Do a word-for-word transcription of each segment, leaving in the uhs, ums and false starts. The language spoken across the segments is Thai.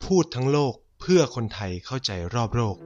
พูดทั้งโลกเพื่อคนไทยเข้าใจรอบโลก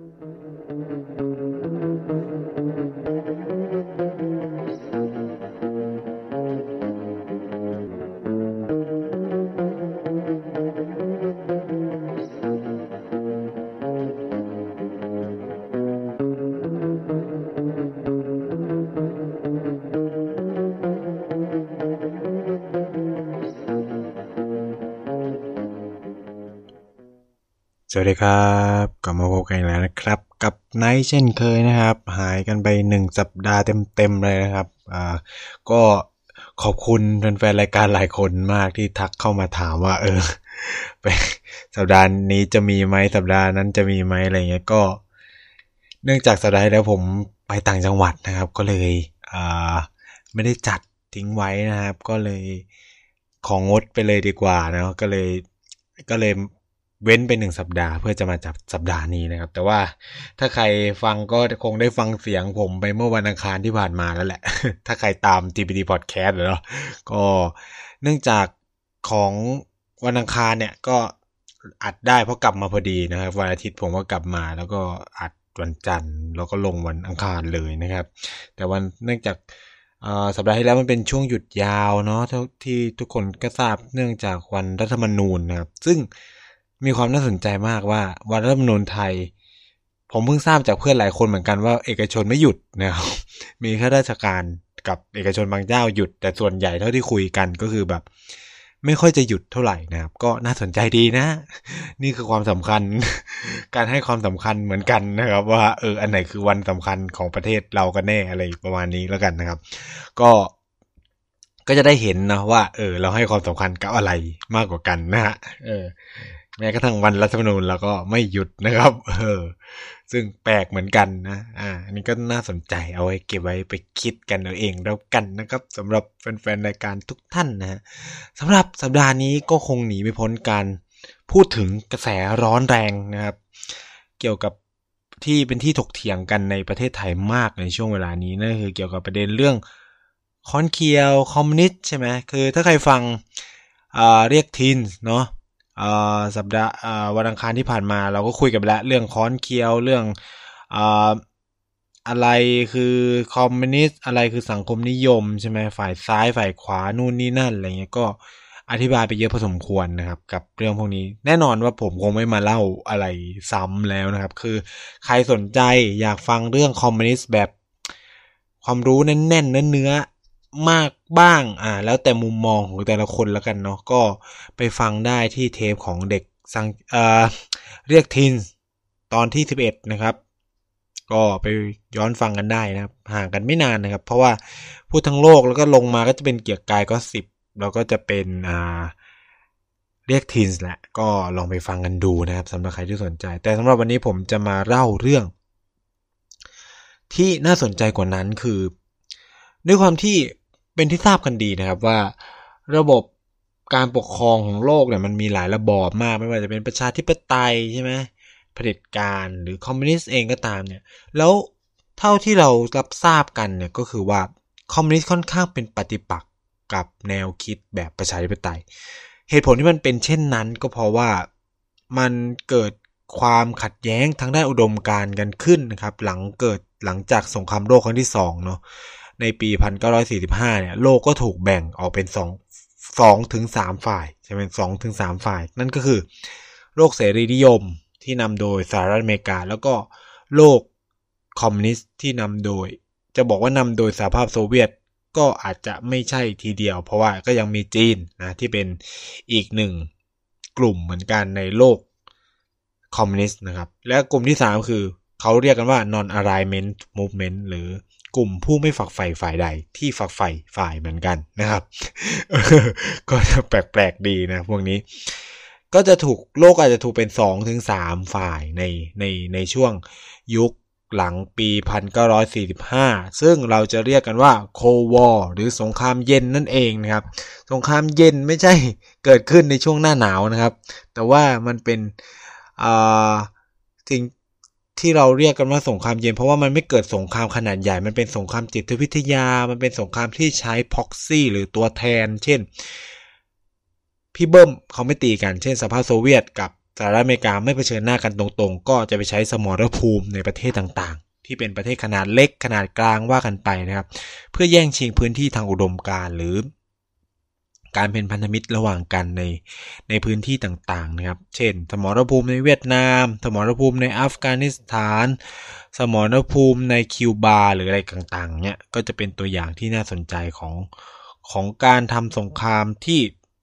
สวัสดีครับกลับมาพบกันแล้วนะครับกับไนท์เช่นเคยนะครับหายกันไปหนึ่งสัปดาห์เต็มๆเลยนะครับอ่าก็ขอบคุณแฟนๆรายการหลายคนมากที่ทักเข้ามาถามว่าเออไปสัปดาห์นี้จะมีไหมสัปดาห์นั้นจะมีไหมอะไรเงี้ยก็เนื่องจากสัปดาห์ที่แล้วผมไปต่างจังหวัดนะครับก็เลยอ่าไม่ได้จัดทิ้งไว้นะครับก็เลยของงดไปเลยดีกว่านะก็เลยก็เลยเว้นไปหนึ่งสัปดาห์เพื่อจะมาจับสัปดาห์นี้นะครับแต่ว่าถ้าใครฟังก็คงได้ฟังเสียงผมไปเมื่อวันอังคารที่ผ่านมาแล้วแหละ ถ้าใครตาม ที พี ดี Podcast เหรอก็เนื่องจากของวันอังคารเนี่ยก็อัดได้เพราะกลับมาพอดีนะครับวันอาทิตย์ผมก็กลับมาแล้วก็อัดวันจันทร์แล้วก็ลงวันอังคารเลยนะครับแต่วันเนื่องจากสัปดาห์ที่แล้วมันเป็นช่วงหยุดยาวเนาะที่ทุกคนก็ทราบเนื่องจากวันรัฐธรรมนูญนะครับซึ่งมีความน่าสนใจมากว่าวันรัฐธรรมนูญไทยผมเพิ่งทราบจากเพื่อนหลายคนเหมือนกันว่าเอกชนไม่หยุดนะครับมีข้าราชการกับเอกชนบางเจ้าหยุดแต่ส่วนใหญ่เท่าที่คุยกันก็คือแบบไม่ค่อยจะหยุดเท่าไหร่นะครับก็น่าสนใจดีนะนี่คือความสำคัญการให้ความสำคัญเหมือนกันนะครับว่าเอออันไหนคือวันสำคัญของประเทศเรากันแน่อะไรประมาณนี้แล้วกันนะครับก็ก็จะได้เห็นนะว่าเออเราให้ความสำคัญกับอะไรมากกว่ากันนะฮะเออแม้กระทั่งวันรัฐธรรมนูญเราก็ไม่หยุดนะครับเออซึ่งแปลกเหมือนกันนะอ่าอันนี้ก็น่าสนใจเอาไว้เก็บไว้ไปคิดกันเอาเองแล้วกันนะครับสำหรับแฟนๆรายการทุกท่านนะฮะสำหรับสัปดาห์นี้ก็คงหนีไม่พ้นการพูดถึงกระแสร้อนแรงนะครับเกี่ยวกับที่เป็นที่ถกเถียงกันในประเทศไทยมากในช่วงเวลานี้นั่นคือเกี่ยวกับประเด็นเรื่องค้อนเคียวคอมมิวนิสต์ใช่ไหมคือถ้าใครฟังอ่าเรียกทีนเนาะอ่าสัปดาห์อ่าวันอังคารที่ผ่านมาเราก็คุยกันไปแล้วเรื่องค้อนเคียวเรื่องอ่าอะไรคือคอมมิวนิสต์อะไรคือสังคมนิยมใช่ไหมฝ่ายซ้ายฝ่ายขวานู่นนี่นั่นอะไรเงี้ยก็อธิบายไปเยอะพอสมควรนะครับกับเรื่องพวกนี้แน่นอนว่าผมคงไม่มาเล่าอะไรซ้ำแล้วนะครับคือใครสนใจอยากฟังเรื่องคอมมิวนิสต์แบบความรู้แน่นๆเนื้อมากบ้างอ่าแล้วแต่มุมมองของแต่ละคนแล้วกันเนาะก็ไปฟังได้ที่เทปของเด็กสังเอ่อเรียกทีนตอนที่สิบเอ็ดนะครับก็ไปย้อนฟังกันได้นะครับห่างกันไม่นานนะครับเพราะว่าพูดทั้งโลกแล้วก็ลงมาก็จะเป็นเกียร์กายก็สิบแล้วก็จะเป็นอ่าเรียกทีนแหละก็ลองไปฟังกันดูนะครับสำหรับใครที่สนใจแต่สำหรับวันนี้ผมจะมาเล่าเรื่องที่น่าสนใจกว่านั้นคือด้วยความที่เป็นที่ทราบกันดีนะครับว่าระบบการปกครองของโลกเนี่ยมันมีหลายระบอบมากไม่ว่าจะเป็นประชาธิปไตยใช่ไหมเผด็จการหรือคอมมิวนิสต์เองก็ตามเนี่ยแล้วเท่าที่เรารับทราบกันเนี่ยก็คือว่าคอมมิวนิสต์ค่อนข้างเป็นปฏิปักษ์กับแนวคิดแบบประชาธิปไตยเหตุผลที่มันเป็นเช่นนั้นก็เพราะว่ามันเกิดความขัดแย้งทางด้านอุดมการณ์กันขึ้นนะครับหลังเกิดหลังจากสงครามโลกครั้งที่สองเนาะในปีหนึ่งพันเก้าร้อยสี่สิบห้าเนี่ยโลกก็ถูกแบ่งออกเป็นสอง สองถึงสามฝ่ายใช่มั้ย สองถึงสามฝ่ายนั่นก็คือโลกเสรีนิยมที่นำโดยสหรัฐอเมริกาแล้วก็โลกคอมมิวนิสต์ที่นำโดยจะบอกว่านำโดยสหภาพโซเวียตก็อาจจะไม่ใช่ทีเดียวเพราะว่าก็ยังมีจีนนะที่เป็นอีกหนึ่งกลุ่มเหมือนกันในโลกคอมมิวนิสต์นะครับและกลุ่มที่สามคือเขาเรียกกันว่า non alignment movement หรือกลุ่มผู้ไม่ฝักใฝ่ฝ่ายใดที่ฝักใฝ่ฝ่ายเหมือนกันนะครับ ก็จะแปลกๆดีนะพวกนี้ก็จะถูกโลกอาจจะถูกเป็น สองถึงสาม ฝ่ายในในในช่วงยุคหลังปี หนึ่งพันเก้าร้อยสี่สิบห้า ซึ่งเราจะเรียกกันว่า Cold War หรือสงครามเย็นนั่นเองนะครับสงครามเย็นไม่ใช่เกิดขึ้นในช่วงหน้าหนาวนะครับแต่ว่ามันเป็นอ่าสิ่งที่เราเรียกกันว่าสงครามเย็นเพราะว่ามันไม่เกิดสงครามขนาดใหญ่มันเป็นสงครามจิตวิทยามันเป็นสงครามที่ใช้พ็อกซี่หรือตัวแทนเช่นพี่เบิ้มเขาไม่ตีกันเช่นสหภาพโซเวียตกับสหรัฐอเมริกาไม่เผชิญหน้ากันตรงๆก็จะไปใช้สมรภูมิในประเทศต่างๆที่เป็นประเทศขนาดเล็กขนาดกลางว่ากันไปนะครับเพื่อแย่งชิงพื้นที่ทางอุดมการณ์หรือการเป็นพันธมิตรระหว่างกันในในพื้นที่ต่างๆนะครับเช่นสมรภูมิในเวียดนามสมรภูมิในอัฟกานิสถานสมรภูมิในคิวบาหรืออะไรต่างๆเนี่ยก็จะเป็นตัวอย่างที่น่าสนใจของของการทำสงครามที่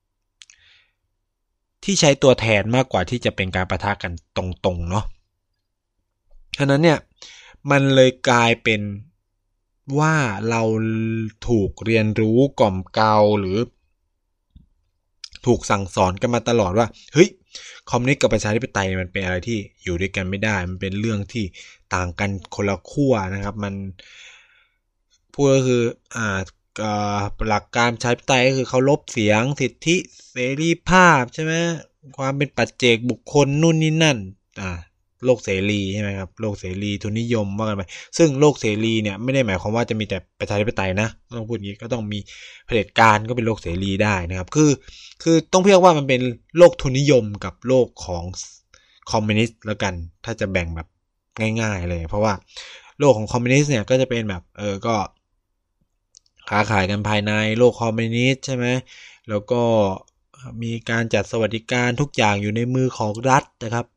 ที่ใช้ตัวแทนมากกว่าที่จะเป็นการปะทะกันตรงๆเนาะฉะนั้นเนี่ยมันเลยกลายเป็นว่าเราถูกเรียนรู้กล่อมเกลาหรือถูกสั่งสอนกันมาตลอดว่าเฮ้ยคอมมิวนิสต์กับประชาธิปไตยมันเป็นอะไรที่อยู่ด้วยกันไม่ได้มันเป็นเรื่องที่ต่างกันคนละขั้วนะครับมันพูดก็คืออ่าหลักการประชาธิปไตยก็คือเคารพเสียงสิทธิเสรีภาพใช่ไหมความเป็นปัจเจกบุคคลนู่นนี่นั่นอ่าโลกเสรีใช่ไหมครับโลกเสรีทุนนิยมว่ากันไปซึ่งโลกเสรีเนี่ยไม่ได้หมายความว่าจะมีแต่ประชาธิปไตยนะต้องพูดอย่างนี้ก็ต้องมีเผด็จการก็เป็นโลกเสรีได้นะครับคือคือต้องเรียกว่ามันเป็นโลกทุนนิยมกับโลกของคอมมิวนิสต์แล้วกันถ้าจะแบ่งแบบง่ายๆเลยเพราะว่าโลกของคอมมิวนิสต์เนี่ยก็จะเป็นแบบเออก็ค้าขายกันภายในโลกคอมมิวนิสต์ใช่ไหมแล้วก็มีการจัดสวัสดิการทุกอย่างอยู่ในมือของรัฐนะครับ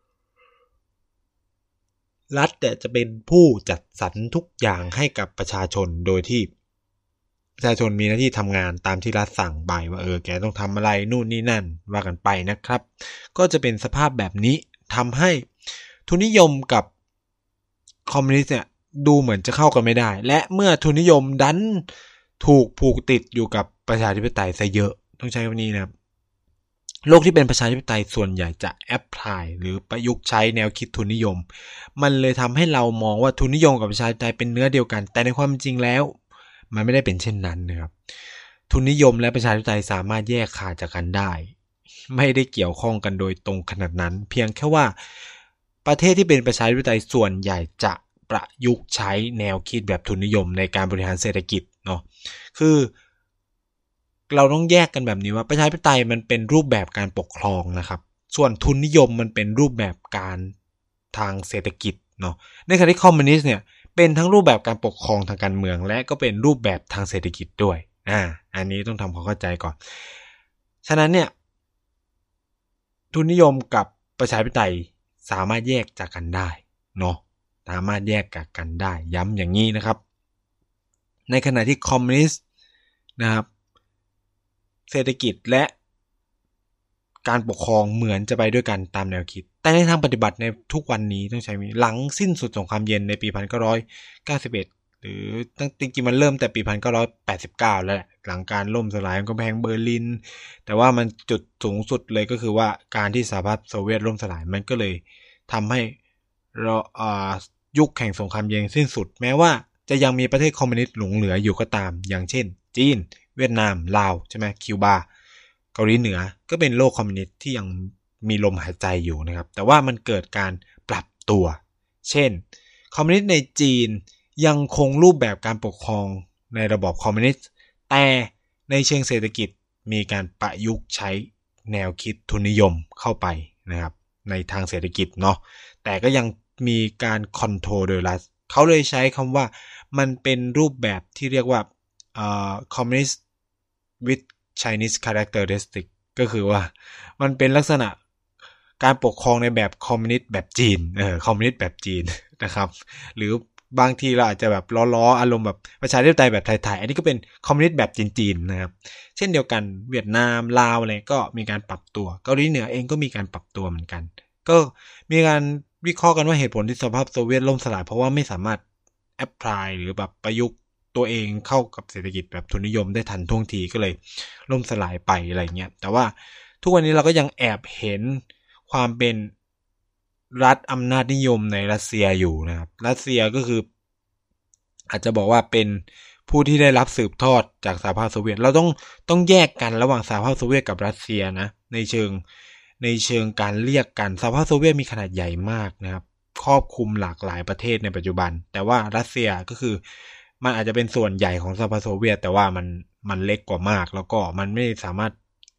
รัฐเนี่ยจะเป็นผู้จัดสรรทุกอย่างให้กับประชาชนโดยที่ประชาชนมีหน้าที่ทำงานตามที่รัฐสั่งไปว่าเออแกต้องทำอะไรนู่นนี่นั่นว่ากันไปนะครับก็จะเป็นสภาพแบบนี้ทำให้ทุนนิยมกับคอมมิวนิสต์เนี่ยดูเหมือนจะเข้ากันไม่ได้และเมื่อทุนนิยมดันถูกผูกติดอยู่กับประชาธิปไตยซะเยอะต้องใช้คำนี้นะครับโลกที่เป็นประชาธิปไตยส่วนใหญ่จะแอพพลายหรือประยุกต์ใช้แนวคิดทุนนิยมมันเลยทำให้เรามองว่าทุนนิยมกับประชาธิปไตยเป็นเนื้อเดียวกันแต่ในความจริงแล้วมันไม่ได้เป็นเช่นนั้นนะครับทุนนิยมและประชาธิปไตยสามารถแยกขาดจากกันได้ไม่ได้เกี่ยวข้องกันโดยตรงขนาดนั้นเพียงแค่ว่าประเทศที่เป็นประชาธิปไตยส่วนใหญ่จะประยุกต์ใช้แนวคิดแบบทุนนิยมในการบริหารเศรษฐกิจเนาะคือเราต้องแยกกันแบบนี้ว่าประชาธิปไตยมันเป็นรูปแบบการปกครองนะครับส่วนทุนนิยมมันเป็นรูปแบบการทางเศรษฐกิจเนาะในขณะที่คอมมิวนิสต์เนี่ยเป็นทั้งรูปแบบการปกครองทางการเมืองและก็เป็นรูปแบบทางเศรษฐกิจด้วยอ่าอันนี้ต้องทำความเข้าใจก่อนฉะนั้นเนี่ยทุนนิยมกับประชาธิปไตยสามารถแยกจากกันได้เนาะสามารถแยกจากกันได้ย้ำอย่างนี้นะครับในขณะที่คอมมิวนิสต์นะครับเศรษฐกิจและการปกครองเหมือนจะไปด้วยกันตามแนวคิดแต่ในทางปฏิบัติในทุกวันนี้ต้องใช้หลังสิ้นสุดสงครามเย็นในปีหนึ่งพันเก้าร้อยเก้าสิบเอ็ดหรือตั้งจริงๆมันเริ่มแต่ปีหนึ่งพันเก้าร้อยแปดสิบเก้าแล้วแหละหลังการล่มสลายของกำแพงเบอร์ลินแต่ว่ามันจุดสูงสุดเลยก็คือว่าการที่สหภาพโซเวียตล่มสลายมันก็เลยทำให้เราอ่ายุคแห่งสงครามเย็นสิ้นสุดแม้ว่าจะยังมีประเทศคอมมิวนิสต์หลงเหลืออยู่ก็ตามอย่างเช่นจีนเวียดนามลาวใช่ไหมคิวบาเกาหลีเหนือก็เป็นโลกคอมมิวนิสต์ที่ยังมีลมหายใจอยู่นะครับแต่ว่ามันเกิดการปรับตัวเช่นคอมมิวนิสต์ในจีนยังคงรูปแบบการปกครองในระบอบคอมมิวนิสต์แต่ในเชิงเศรษฐกิจมีการประยุกต์ใช้แนวคิดทุนนิยมเข้าไปนะครับในทางเศรษฐกิจเนาะแต่ก็ยังมีการคอนโทรลโดยรัฐเขาเลยใช้คำว่ามันเป็นรูปแบบที่เรียกว่าเอ่อ communist with Chinese characteristic ก็คือว่ามันเป็นลักษณะการปกครองในแบบคอมมิวนิสต์แบบจีนเออคอมมิวนิสต์แบบจีนนะครับหรือบางทีเราอาจจะแบบล้อๆอารมณ์แบบประชาธิปไตยแบบไทยๆอันนี้ก็เป็นคอมมิวนิสต์แบบจีนๆนะครับเช่นเดียวกันเวียดนามลาวอะไรก็มีการปรับตัวเกาหลีเหนือเองก็มีการปรับตัวเหมือนกันก็มีการวิเคราะห์กันว่าเหตุผลที่สหภาพโซเวียตล่มสลายเพราะว่าไม่สามารถแอพพลายหรือแบบประยุกต์ตัวเองเข้ากับเศรษฐกิจแบบทุนนิยมได้ทันท่วงทีก็เลยล่มสลายไปอะไรเงี้ยแต่ว่าทุกวันนี้เราก็ยังแอบเห็นความเป็นรัฐอำนาจนิยมในรัสเซียอยู่นะครับรัสเซียก็คืออาจจะบอกว่าเป็นผู้ที่ได้รับสืบทอดจากสหภาพโซเวียตเราต้องต้องแยกกันระหว่างสหภาพโซเวียตกับรัสเซียนะในเชิงในเชิงการเรียกกันสหภาพโซเวียตมีขนาดใหญ่มากนะครับครอบคลุมหลากหลายประเทศในปัจจุบันแต่ว่ารัสเซียก็คือมันอาจจะเป็นส่วนใหญ่ของสหภาพโซเวียตแต่ว่ามันมันเล็กกว่ามากแล้วก็มันไม่สามารถ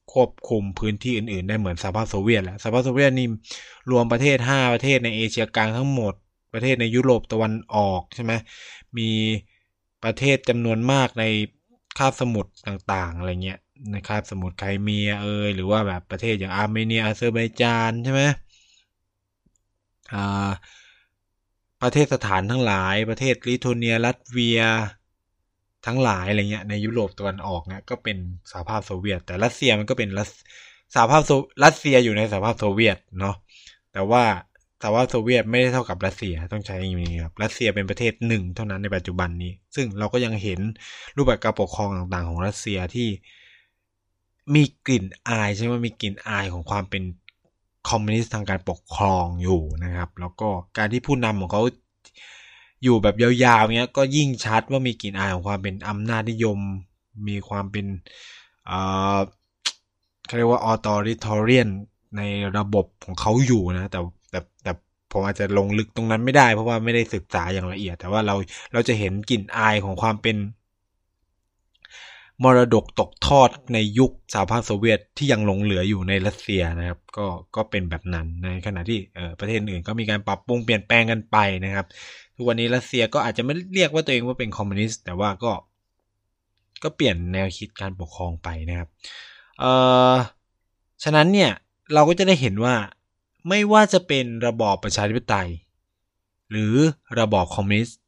ควบคุมพื้นที่อื่นๆได้เหมือนสหภาพโซเวียตแหละสหภาพโซเวียตนี่รวมประเทศห้าประเทศในเอเชียกลางทั้งหมดประเทศในยุโรปตะวันออกใช่ไหมมีประเทศจำนวนมากในคาบสมุทรต่างๆอะไรเงี้ยในคาบสมุทรไครเมียเอยหรือว่าแบบประเทศอย่างอาร์เมเนียอาเซอร์ไบจานใช่ไหมอ่าประเทศสถานทั้งหลายประเทศลิทัวเนียลัตเวียทั้งหลายอะไรเงี้ยในยุโรปตะวันออกเนี่ยก็เป็นสหภาพโซเวียตแต่รัสเซียมันก็เป็นรัสสหภาพโซรัสเซียอยู่ในสหภาพโซเวียตเนาะแต่ว่าสหภาพโซเวียตไม่ได้เท่ากับรัสเซียต้องใช้อย่างนี้ครับรัสเซียเป็นประเทศหนึ่งเท่านั้นในปัจจุบันนี้ซึ่งเราก็ยังเห็นรูปแบบการปกครองต่างๆของรัสเซียที่มีกลิ่นอายใช่ไหมมีกลิ่นอายของความเป็นคอมมิวนิสต์ทางการปกครองอยู่นะครับแล้วก็การที่ผู้นำของเขาอยู่แบบยาวๆเงี้ยก็ยิ่งชัดว่ามีกลิ่นอายของความเป็นอำนาจนิยมมีความเป็นเอ่อเขาเรียกว่า authoritarian ในระบบของเขาอยู่นะแต่แต่แต่ผมอาจจะลงลึกตรงนั้นไม่ได้เพราะว่าไม่ได้ศึกษาอย่างละเอียดแต่ว่าเราเราจะเห็นกลิ่นอายของความเป็นมรดกตกทอดในยุคสหภาพโซเวียตที่ยังหลงเหลืออยู่ในรัสเซียนะครับก็ก็เป็นแบบนั้นในขณะที่เอ่อประเทศอื่นก็มีการปรับปรุงเปลี่ยนแปลงกันไปนะครับทุกวันนี้รัสเซียก็อาจจะไม่เรียกว่าตัวเองว่าเป็นคอมมิวนิสต์แต่ว่าก็ก็เปลี่ยนแนวคิดการปกครองไปนะครับเอ่อฉะนั้นเนี่ยเราก็จะได้เห็นว่าไม่ว่าจะเป็นระบอบประชาธิปไตยหรือระบอบคอมมิวนิสต์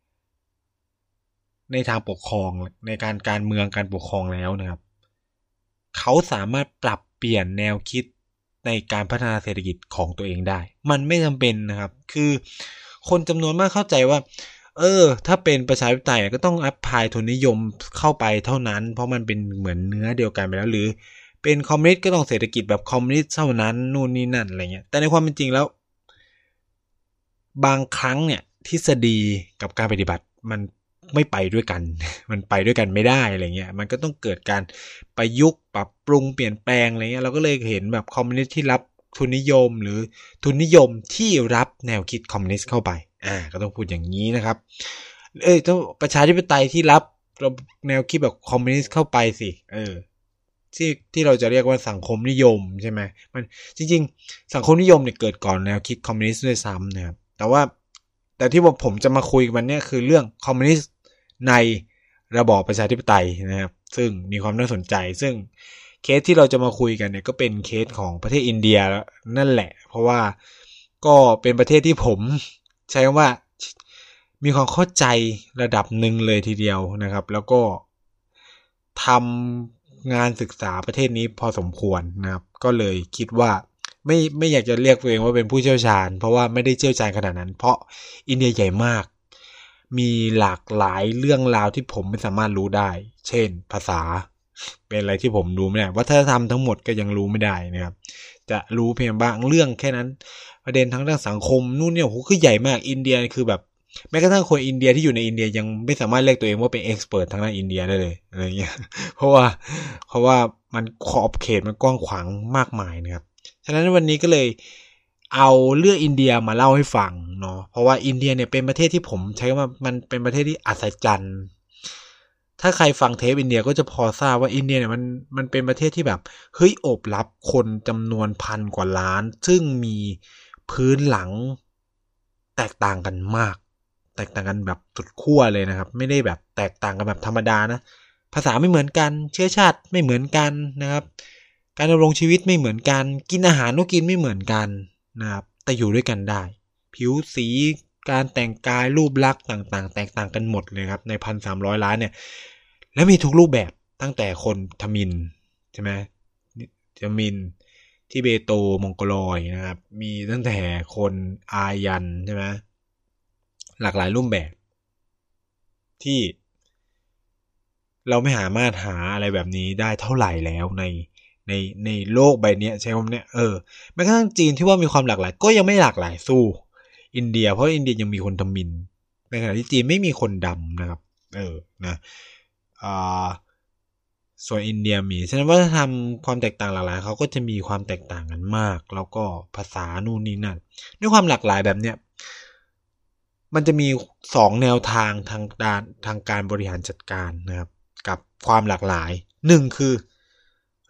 ในทางปกครองในการการเมืองการปกครองแล้วนะครับเขาสามารถปรับเปลี่ยนแนวคิดในการพัฒนาเศรษฐกิจของตัวเองได้มันไม่จำเป็นนะครับคือคนจำนวนมากเข้าใจว่าเออถ้าเป็นประชาธิปไตยก็ต้องอัพพลายทุนนิยมเข้าไปเท่านั้นเพราะมันเป็นเหมือนเนื้อเดียวกันไปแล้วหรือเป็นคอมมิวนิสต์ก็ต้องเศรษฐกิจแบบคอมมิวนิสต์เท่านั้นนู่นนี่นั่นอะไรเงี้ยแต่ในความเป็นจริงแล้วบางครั้งเนี่ยทฤษฎีกับการปฏิบัติมันไม่ไปด้วยกันมันไปด้วยกันไม่ได้อะไรเงี้ยมันก็ต้องเกิดการประยุกต์ปรับปรุงเปลี่ยนแปลงอะไรเงี้ยเราก็เลยเห็นแบบคอมมิวนิสต์ที่รับทุนนิยมหรือทุนนิยมที่รับแนวคิดคอมมิวนิสต์เข้าไปอ่าก็ต้องพูดอย่างนี้นะครับเอ้ยต้องประชาธิปไตยที่รับแนวคิดแบบคอมมิวนิสต์เข้าไปสิเออที่ที่เราจะเรียกว่าสังคมนิยมใช่ไหมมันจริงๆสังคมนิยมเนี่ยเกิดก่อนแนวคิดคอมมิวนิสต์ด้วยซ้ำนะครับแต่ว่าแต่ที่ผมจะมาคุยกันเนี่ยคือเรื่องคอมมิวนิสต์ในระบอบประชาธิปไตยนะครับซึ่งมีความน่าสนใจซึ่งเคสที่เราจะมาคุยกันเนี่ยก็เป็นเคสของประเทศอินเดียนั่นแหละเพราะว่าก็เป็นประเทศที่ผมใช้คำว่ามีความเข้าใจระดับหนึ่งเลยทีเดียวนะครับแล้วก็ทำงานศึกษาประเทศนี้พอสมควรนะครับก็เลยคิดว่าไม่ไม่อยากจะเรียกตัวเองว่าเป็นผู้เชี่ยวชาญเพราะว่าไม่ได้เชี่ยวชาญขนาดนั้นเพราะอินเดียใหญ่มากมีหลากหลายเรื่องราวที่ผมไม่สามารถรู้ได้เช่นภาษาเป็นอะไรที่ผมรู้ไม่ได้วัฒนธรรมทั้งหมดก็ยังรู้ไม่ได้นะครับจะรู้เพียงบางเรื่องแค่นั้นประเด็นทั้งเรื่องสังคมนู่นเนี่ยโหคือใหญ่มากอินเดียคือแบบแม้กระทั่งคนอินเดียที่อยู่ในอินเดียยังไม่สามารถเรียกตัวเองว่าเป็นเอ็กซ์เพิร์ททางด้านอินเดียได้เลยอะไรเงี้ยเพราะว่าเพราะว่ามันขอบเขตมันกว้างขวางมากมายนะครับฉะนั้นวันนี้ก็เลยเอาเรื่องอินเดียมาเล่าให้ฟังเนาะเพราะว่าอินเดียเนี่ยเป็นประเทศที่ผมใช้ว่ามันเป็นประเทศที่อัศจรรย์ถ้าใครฟังเทปอินเดียก็จะพอทราบว่าอินเดียเนี่ยมันมันเป็นประเทศที่แบบเฮ้ยโอบรับคนจำนวนพันกว่าล้านซึ่งมีพื้นหลังแตกต่างกันมากแตกต่างกันแบบสุดขั้วเลยนะครับไม่ได้แบบแตกต่างกันแบบธรรมดานะภาษาไม่เหมือนกันเชื้อชาติไม่เหมือนกันนะครับการดำรงชีวิตไม่เหมือนกันกินอาหารก็กินไม่เหมือนกันนะครับแต่อยู่ด้วยกันได้ผิวสีการแต่งกายรูปลักษณ์ต่างๆแตกต่างกันหมดเลยครับใน หนึ่งพันสามร้อย ล้านเนี่ยและมีทุกรูปแบบตั้งแต่คนทมิฬใช่ไหมทมิฬทิเบโตมองโกลอยนะครับมีตั้งแต่คนอายันใช่ไหมหลากหลายรูปแบบที่เราไม่สามารถหาอะไรแบบนี้ได้เท่าไหร่แล้วในในในโลกใบนี้ใช่ไหมเนี่ยเออแม้กระทั่งจีนที่ว่ามีความหลากหลายก็ยังไม่หลากหลายสู้อินเดียเพราะอินเดียยังมีคนทมิฬในขณะที่จีนไม่มีคนดำนะครับเออนะอ่าส่วนอินเดียมีฉะนั้นวัฒนธรรมความแตกต่างหลากหลายเขาก็จะมีความแตกต่างกันมากแล้วก็ภาษานู่นนี่นั่นด้วยความหลากหลายแบบเนี้ยมันจะมีสองแนวทางทางด้านทางการบริหารจัดการนะครับกับความหลากหลายหนึ่งคือ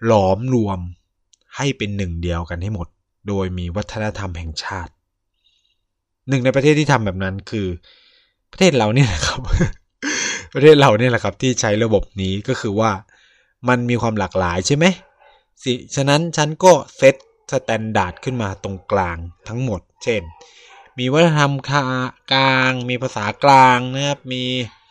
หลอมรวมให้เป็นหนึ่งเดียวกันให้หมดโดยมีวัฒนธรรมแห่งชาติหนึ่งในประเทศที่ทำแบบนั้นคือประเทศเราเนี่ยแหละครับ ประเทศเราเนี่ยแหละครับที่ใช้ระบบนี้ก็คือว่ามันมีความหลากหลายใช่ไหมสิฉะนั้นฉันก็เซตสแตนดาร์ดขึ้นมาตรงกลางทั้งหมดเช่นมีวัฒนธรรมกลางมีภาษากลางนะครับมี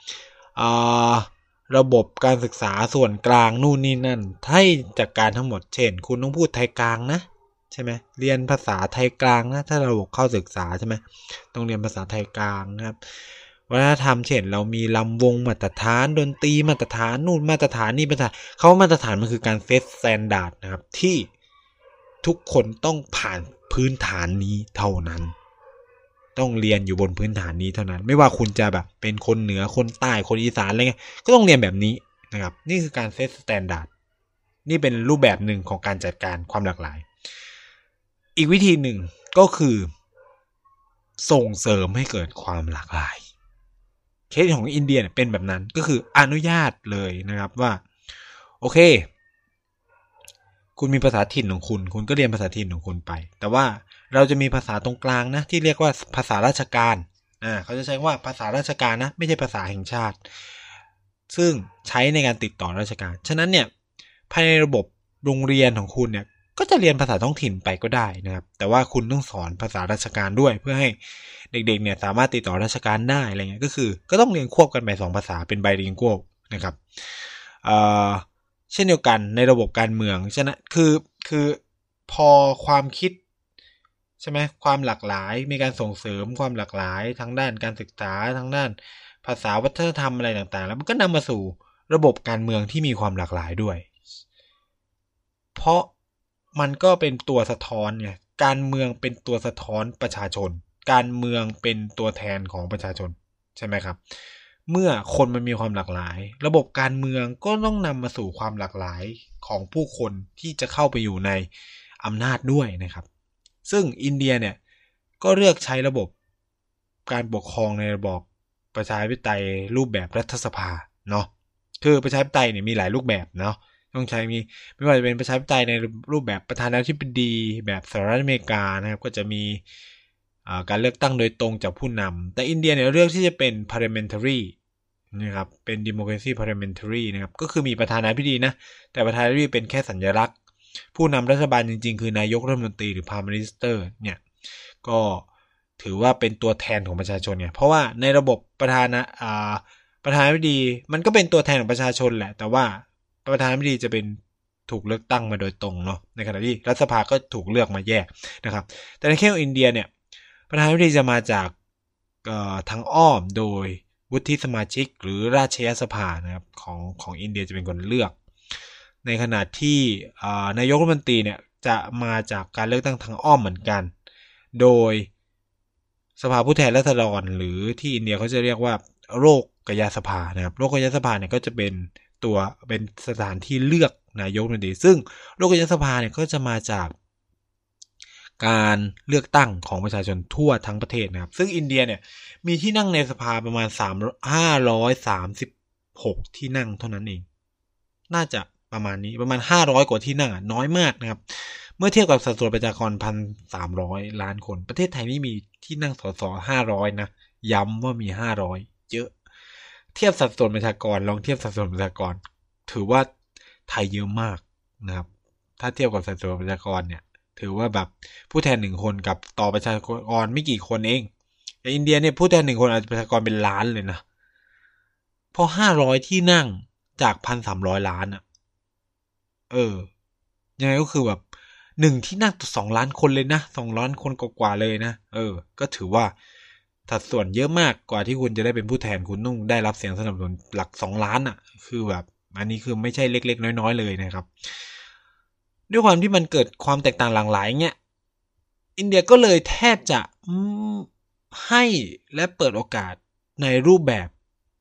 ระบบการศึกษาส่วนกลางนู่นนี่นั่นให้จัดการทั้งหมดเช่นคุณต้องพูดไทยกลางนะใช่ไหมเรียนภาษาไทยกลางนะถ้าเราเข้าศึกษาใช่ไหมต้องเรียนภาษาไทยกลางนะครับวัฒนธรรมเช่นเรามีลำวงมาตรฐานดนตรีมาตรฐานนู่นมาตรฐานนี่มาตรฐานเขามาตรฐานมันคือการเซตสแตนดาร์ดนะครับที่ทุกคนต้องผ่านพื้นฐานนี้เท่านั้นต้องเรียนอยู่บนพื้นฐานนี้เท่านั้นไม่ว่าคุณจะแบบเป็นคนเหนือคนใต้คนอีสานอะไรเงี้ยก็ต้องเรียนแบบนี้นะครับนี่คือการเซตสแตนดาร์ดนี่เป็นรูปแบบหนึ่งของการจัดการความหลากหลายอีกวิธีหนึ่งก็คือส่งเสริมให้เกิดความหลากหลายเคสของอินเดียเป็นแบบนั้นก็คืออนุญาตเลยนะครับว่าโอเคคุณมีภาษาถิ่นของคุณคุณก็เรียนภาษาถิ่นของคุณไปแต่ว่าเราจะมีภาษาตรงกลางนะที่เรียกว่าภาษาราชการอ่าเขาจะใช้ว่าภาษาราชการนะไม่ใช่ภาษาแห่งชาติซึ่งใช้ในการติดต่อราชการฉะนั้นเนี่ยภายในระบบโรงเรียนของคุณเนี่ยก็จะเรียนภาษาท้องถิ่นไปก็ได้นะครับแต่ว่าคุณต้องสอนภาษาราชการด้วยเพื่อให้เด็กๆเนี่ยสามารถติดต่อราชการได้อะไรเงี้ยก็คือก็ต้องเรียนควบกันไปสองภาษาเป็นไบลิงกัวลนะครับเอ่อเช่นเดียวกันในระบบการเมืองฉะนั้นคือคือพอความคิดใช่ไหมความหลากหลายมีการส่งเสริมความหลากหลายทั้งด้านการศึกษาทั้งด้านภาษาวัฒนธรรมอะไรต่างๆแล้วมันก็นำมาสู่ระบบการเมืองที่มีความหลากหลายด้วยเพราะมันก็เป็นตัวสะท้อนไงการเมืองเป็นตัวสะท้อนประชาชนการเมืองเป็นตัวแทนของประชาชนใช่ไหมครับเมื่อคนมันมีความหลากหลายระบบการเมืองก็ต้องนำมาสู่ความหลากหลายของผู้คนที่จะเข้าไปอยู่ในอำนาจด้วยนะครับซึ่งอินเดียเนี่ยก็เลือกใช้ระบบการปกครองในระบอบประชาธิปไตยรูปแบบรัฐสภาเนาะคือประชาธิปไตยเนี่ยมีหลายรูปแบบเนาะต้องใช้มีไม่ว่าจะเป็นประชาธิปไตยในรูปแบบประธานาธิบดีแบบสหรัฐอเมริกานะครับก็จะมีการเลือกตั้งโดยตรงจากผู้นำแต่อินเดียเนี่ยเลือกที่จะเป็น parliamentary นะครับเป็น democracy parliamentary นะครับก็คือมีประธานาธิบดีนะแต่ประธานาธิบดีเป็นแค่สัญลักษณ์ผู้นำรัฐบาลจริงๆคือนายกรัฐมนตรีหรือ prime minister เนี่ยก็ถือว่าเป็นตัวแทนของประชาชนไงเพราะว่าในระบบประธานะอ่าประธานาธิบดีมันก็เป็นตัวแทนของประชาชนแหละแต่ว่าประธานาธิบดีจะเป็นถูกเลือกตั้งมาโดยตรงเนาะในขณะที่รัฐสภาก็ถูกเลือกมาแยกนะครับแต่ในเคสของอินเดียเนี่ยประธานาธิบดีจะมาจากทางอ้อมโดยวุฒิสมาชิกหรือราชยสภานะครับของของอินเดียจะเป็นคนเลือกในขณะที่นายกรัฐมนตรีเนี่ยจะมาจากการเลือกตั้งทางอ้อมเหมือนกันโดยสภาผู้แทนราษฎรหรือที่อินเดียเขาจะเรียกว่าโลกยสภานะครับโลกยสภาเนี่ยก็จะเป็นตัวเป็นสถานที่เลือกนายกรัฐมนตรีซึ่งโลกยสภาเนี่ยก็จะมาจากการเลือกตั้งของประชาชนทั่วทั้งประเทศนะครับซึ่งอินเดียเนี่ยมีที่นั่งในสภาประมาณสาม ห้าร้อยสามสิบหกที่นั่งเท่านั้นเองน่าจะประมาณนี้ประมาณห้าร้อยกว่าที่นั่งอ่ะน้อยมากนะครับเมื่อเทียบกับสัดส่วนประชากร หนึ่งพันสามร้อย ล้านคนประเทศไทยนี่มีที่นั่งสสห้าร้อยนะย้ำว่ามีห้าร้อยเยอะเทียบสัดส่วนประชากรลองเทียบสัดส่วนประชากรถือว่าไทยเยอะมากนะครับถ้าเทียบกับสัดส่วนประชากรเนี่ยถือว่าแบบผู้แทนหนึ่งคนกับต่อประชากรไม่กี่คนเองแต่อินเดียเนี่ยผู้แทนหนึ่งคนอาจจะประชากรเป็นล้านเลยนะเพราะห้าร้อยที่นั่งจาก หนึ่งพันสามร้อย ล้านอ่ะเออยังไงก็คือแบบหนึ่งที่นั่งต่อสองล้านคนเลยนะสองล้านคนกว่าๆเลยนะเออก็ถือว่าสัดส่วนเยอะมากกว่าที่คุณจะได้เป็นผู้แทนคุณต้องได้รับเสียงสนับสนุนหลักสองล้านอ่ะคือแบบอันนี้คือไม่ใช่เล็กๆน้อยๆเลยนะครับด้วยความที่มันเกิดความแตกต่างหลากหลายเงี้ยอินเดียก็เลยแทบจะให้และเปิดโอกาสในรูปแบบ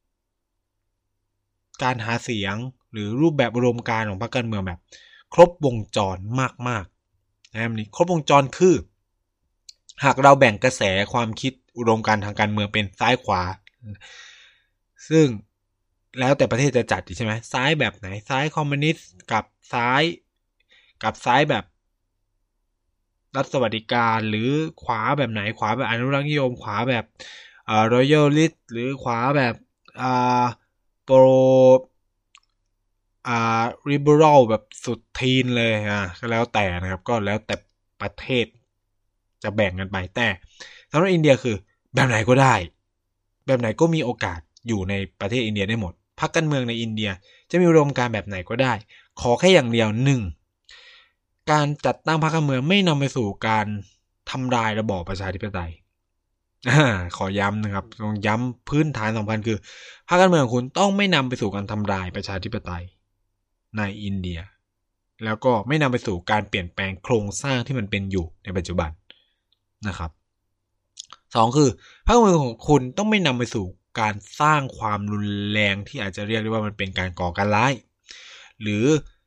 การหาเสียงหรือรูปแบบอุดมการณ์ของพรรคการเมืองแบบครบวงจรมากๆนะครับนี่ครบวงจรคือหากเราแบ่งกระแสความคิดอุดมการณ์ทางการเมืองเป็นซ้ายขวาซึ่งแล้วแต่ประเทศจะจัดใช่ไหมซ้ายแบบไหนซ้ายคอมมิวนิสต์กับซ้ายกับซ้ายแบบรัฐสวัสดิการหรือขวาแบบไหนขวาแบบอนุรักษ์นิยมขวาแบบเอ่อ royalist หรือขวาแบบอ่า pro อ่า liberal แบบสุดทีนเลยอ่ะก็แล้วแต่นะครับก็แล้วแต่ประเทศจะแบ่งกันไปแต่สำหรับอินเดียคือแบบไหนก็ได้แบบไหนก็มีโอกาสอยู่ในประเทศอินเดียได้หมดพรรคการเมืองในอินเดียจะมีอุดมการณ์แบบไหนก็ได้ขอแค่อย่างเดียวหนึ่งการจัดตั้งพรรคการเมืองไม่นำไปสู่การทำลายระบอบประชาธิปไตยขอย้ำนะครับต้องย้ำพื้นฐานสำคัญคือพรรคการเมืองของคุณต้องไม่นำไปสู่การทำลายประชาธิปไตยในอินเดียแล้วก็ไม่นำไปสู่การเปลี่ยนแปลงโครงสร้างที่มันเป็นอยู่ในปัจจุบันนะครับสองคือพรรคการเมืองของคุณต้องไม่นำไปสู่การสร้างความรุนแรงที่อาจจะเรียกได้ว่ามันเป็นการก่อการร้ายหรือ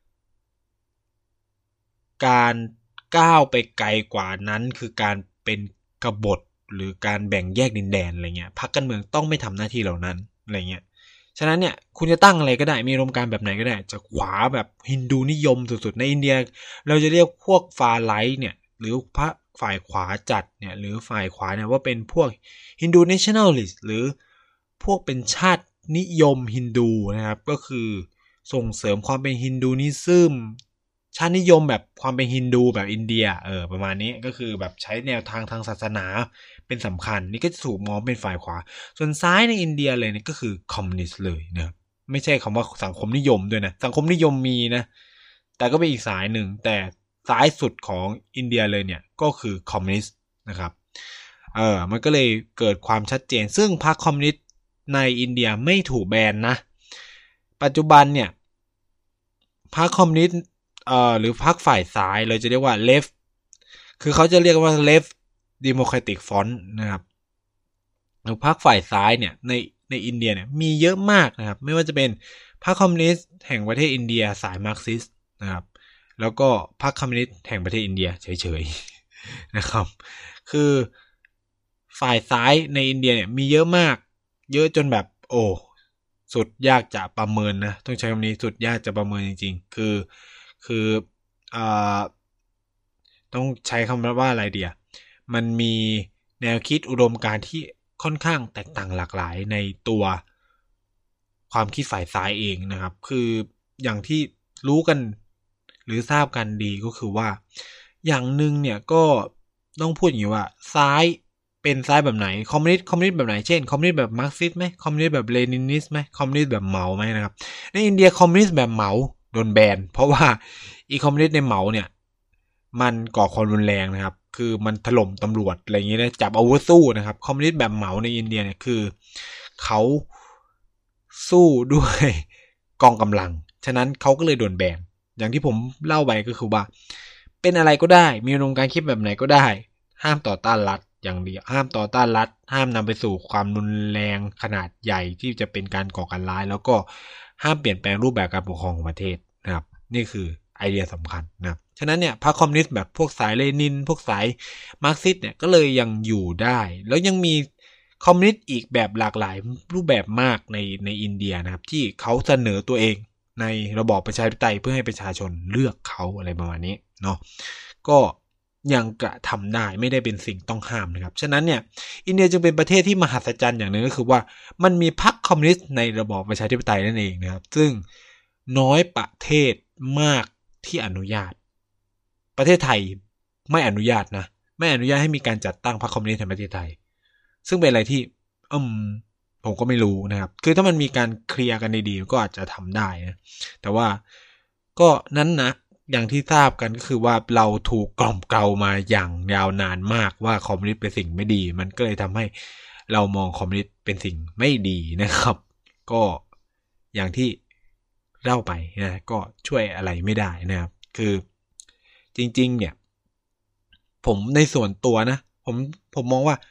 การก้าวไปไกลกว่านั้นคือการเป็นกบฏหรือการแบ่งแยกดินแดนอะไรเงี้ยพรรคการเมืองต้องไม่ทำหน้าที่เหล่านั้นอะไรเงี้ยฉะนั้นเนี่ยคุณจะตั้งอะไรก็ได้มีอุดมการณ์แบบไหนก็ได้จะขวาแบบฮินดูนิยมสุดๆในอินเดียเราจะเรียกพวกฟาไลท์เนี่ยหรือพระฝ่ายขวาจัดเนี่ยหรือฝ่ายขวาเนี่ยว่าเป็นพวกฮินดูเนชั่นแนลิสต์หรือพวกเป็นชาตินิยมฮินดูนะครับก็คือส่งเสริมความเป็นฮินดูนิซึมชาตินิยมแบบความเป็นฮินดูแบบอินเดียเออประมาณนี้ก็คือแบบใช้แนวทางทางศาสนาเป็นสำคัญนี่ก็จะถูกมองเป็นฝ่ายขวาส่วนซ้ายในอินเดียเลยเนี่ยก็คือคอมมิวนิสต์เลยนะครับไม่ใช่คำว่าสังคมนิยมด้วยนะสังคมนิยมมีนะแต่ก็เป็นอีกสายหนึ่งแต่ซ้ายสุดของอินเดียเลยเนี่ยก็คือคอมมิวนิสต์นะครับเออมันก็เลยเกิดความชัดเจนซึ่งพรรคคอมมิวนิสต์ในอินเดียไม่ถูกแบนนะปัจจุบันเนี่ยพรรคคอมมิวนิสต์เอ่อหรือพรรคฝ่ายซ้ายเราจะเรียกว่า left คือเขาจะเรียกว่า left democratic front นะครับหรือพรรคฝ่ายซ้ายเนี่ยในในอินเดียเนี่ยมีเยอะมากนะครับไม่ว่าจะเป็นพรรคคอมมิวนิสต์แห่งประเทศอินเดียสายมาร์กซิสต์นะครับแล้วก็พรรคคอมมิวนิสต์แห่งประเทศอินเดียเฉยๆนะครับคือฝ่ายซ้ายในอินเดียเนี่ยมีเยอะมากเยอะจนแบบโอ้สุดยากจะประเมินนะต้องใช้คำนี้สุดยากจะประเมินจริงๆคือคืออ่าต้องใช้คำว่าอะไรเดียวมันมีแนวคิดอุดมการณ์ที่ค่อนข้างแตกต่างหลากหลายในตัวความคิดฝ่ายซ้ายเองนะครับคืออย่างที่รู้กันหรือทราบกันดีก็คือว่าอย่างหนึ่งเนี่ยก็ต้องพูดอย่างนี้ว่าซ้ายเป็นซ้ายแบบไหนคอมมิวนิสต์คอมมิวนิสต์แบบไหนเช่นคอมมิวนิสต์แบบมาร์กซิสต์ไหมคอมมิวนิสต์แบบเลนินิสต์ไหมคอมมิวนิสต์แบบเหมาไหมนะครับในอินเดียคอมมิวนิสต์แบบเหมาโดนแบนเพราะว่าอีคอมมิวนิสต์ในเหมาเนี่ยมันก่อความรุนแรงนะครับคือมันถล่มตำรวจอะไรอย่างเงี้ยนะจับอาวุธสู้นะครับคอมมิวนิสต์แบบเหมาในอินเดียเนี่ยคือเขาสู้ด้วยกองกำลังฉะนั้นเขาก็เลยโดนแบนอย่างที่ผมเล่าไปก็คือว่าเป็นอะไรก็ได้มีอุดมการณ์คิดแบบไหนก็ได้ห้ามต่อต้านรัฐอย่างเดียวห้ามต่อต้านรัฐห้ามนำไปสู่ความรุนแรงขนาดใหญ่ที่จะเป็นการก่อการร้ายแล้วก็ห้ามเปลี่ยนแปลงรูปแบบการปกครองของประเทศนะครับนี่คือไอเดียสำคัญนะครับฉะนั้นเนี่ยพรรคคอมมิวนิสต์แบบพวกสายเลนินพวกสายมาร์กซิสต์เนี่ยก็เลยยังอยู่ได้แล้วยังมีคอมมิวนิสต์อีกแบบหลากหลายรูปแบบมากในในอินเดียนะครับที่เขาเสนอตัวเองในระบอบประชาธิปไตยเพื่อให้ประชาชนเลือกเขาอะไรประมาณนี้เนาะก็ยังกระทำได้ไม่ได้เป็นสิ่งต้องห้ามนะครับฉะนั้นเนี่ยอินเดียจึงเป็นประเทศที่มหัศจรรย์อย่างหนึ่งก็คือว่ามันมีพรรคคอมมิวนิสต์ในระบอบประชาธิปไตยนั่นเองนะครับซึ่งน้อยประเทศมากที่อนุญาตประเทศไทยไม่อนุญาตนะไม่อนุญาตให้มีการจัดตั้งพรรคคอมมิวนิสต์ในประเทศไทยซึ่งเป็นอะไรที่อืมผมก็ไม่รู้นะครับคือถ้ามันมีการเคลียร์กันดีๆก็อาจจะทำได้นะแต่ว่าก็นั้นนะอย่างที่ทราบกันก็คือว่าเราถูกกล่อมเกลามาอย่างยาวนานมากว่าคอมมิวนิสต์เป็นสิ่งไม่ดีมันก็เลยทำให้เรามองคอมมิวนิสต์เป็นสิ่งไม่ดีนะครับก็อย่างที่เล่าไปนะก็ช่วยอะไรไม่ได้นะครับคือจริงๆเนี่ยผมในส่วนตัวนะผมผมมองว่า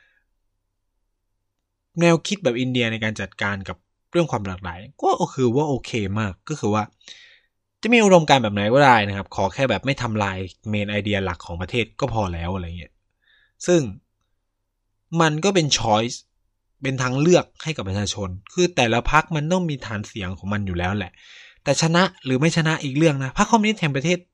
แนวคิดแบบอินเดียในการจัดการกับเรื่องความหลากหลายก็คือว่าโอเคมากก็คือว่าจะมีอุดมการณ์แบบไหนก็ได้นะครับขอแค่แบบไม่ทำลายเมนไอเดียหลักของประเทศก็พอแล้วอะไรเงี้ยซึ่งมันก็เป็นช้อยส์เป็นทางเลือกให้กับประชาชนคือแต่ละพรรคมันต้องมีฐานเสียงของมันอยู่แล้วแหละแต่ชนะหรือไม่ชนะอีกเรื่องนะพรรคคอมมิวนิสต์แห่งประเทศ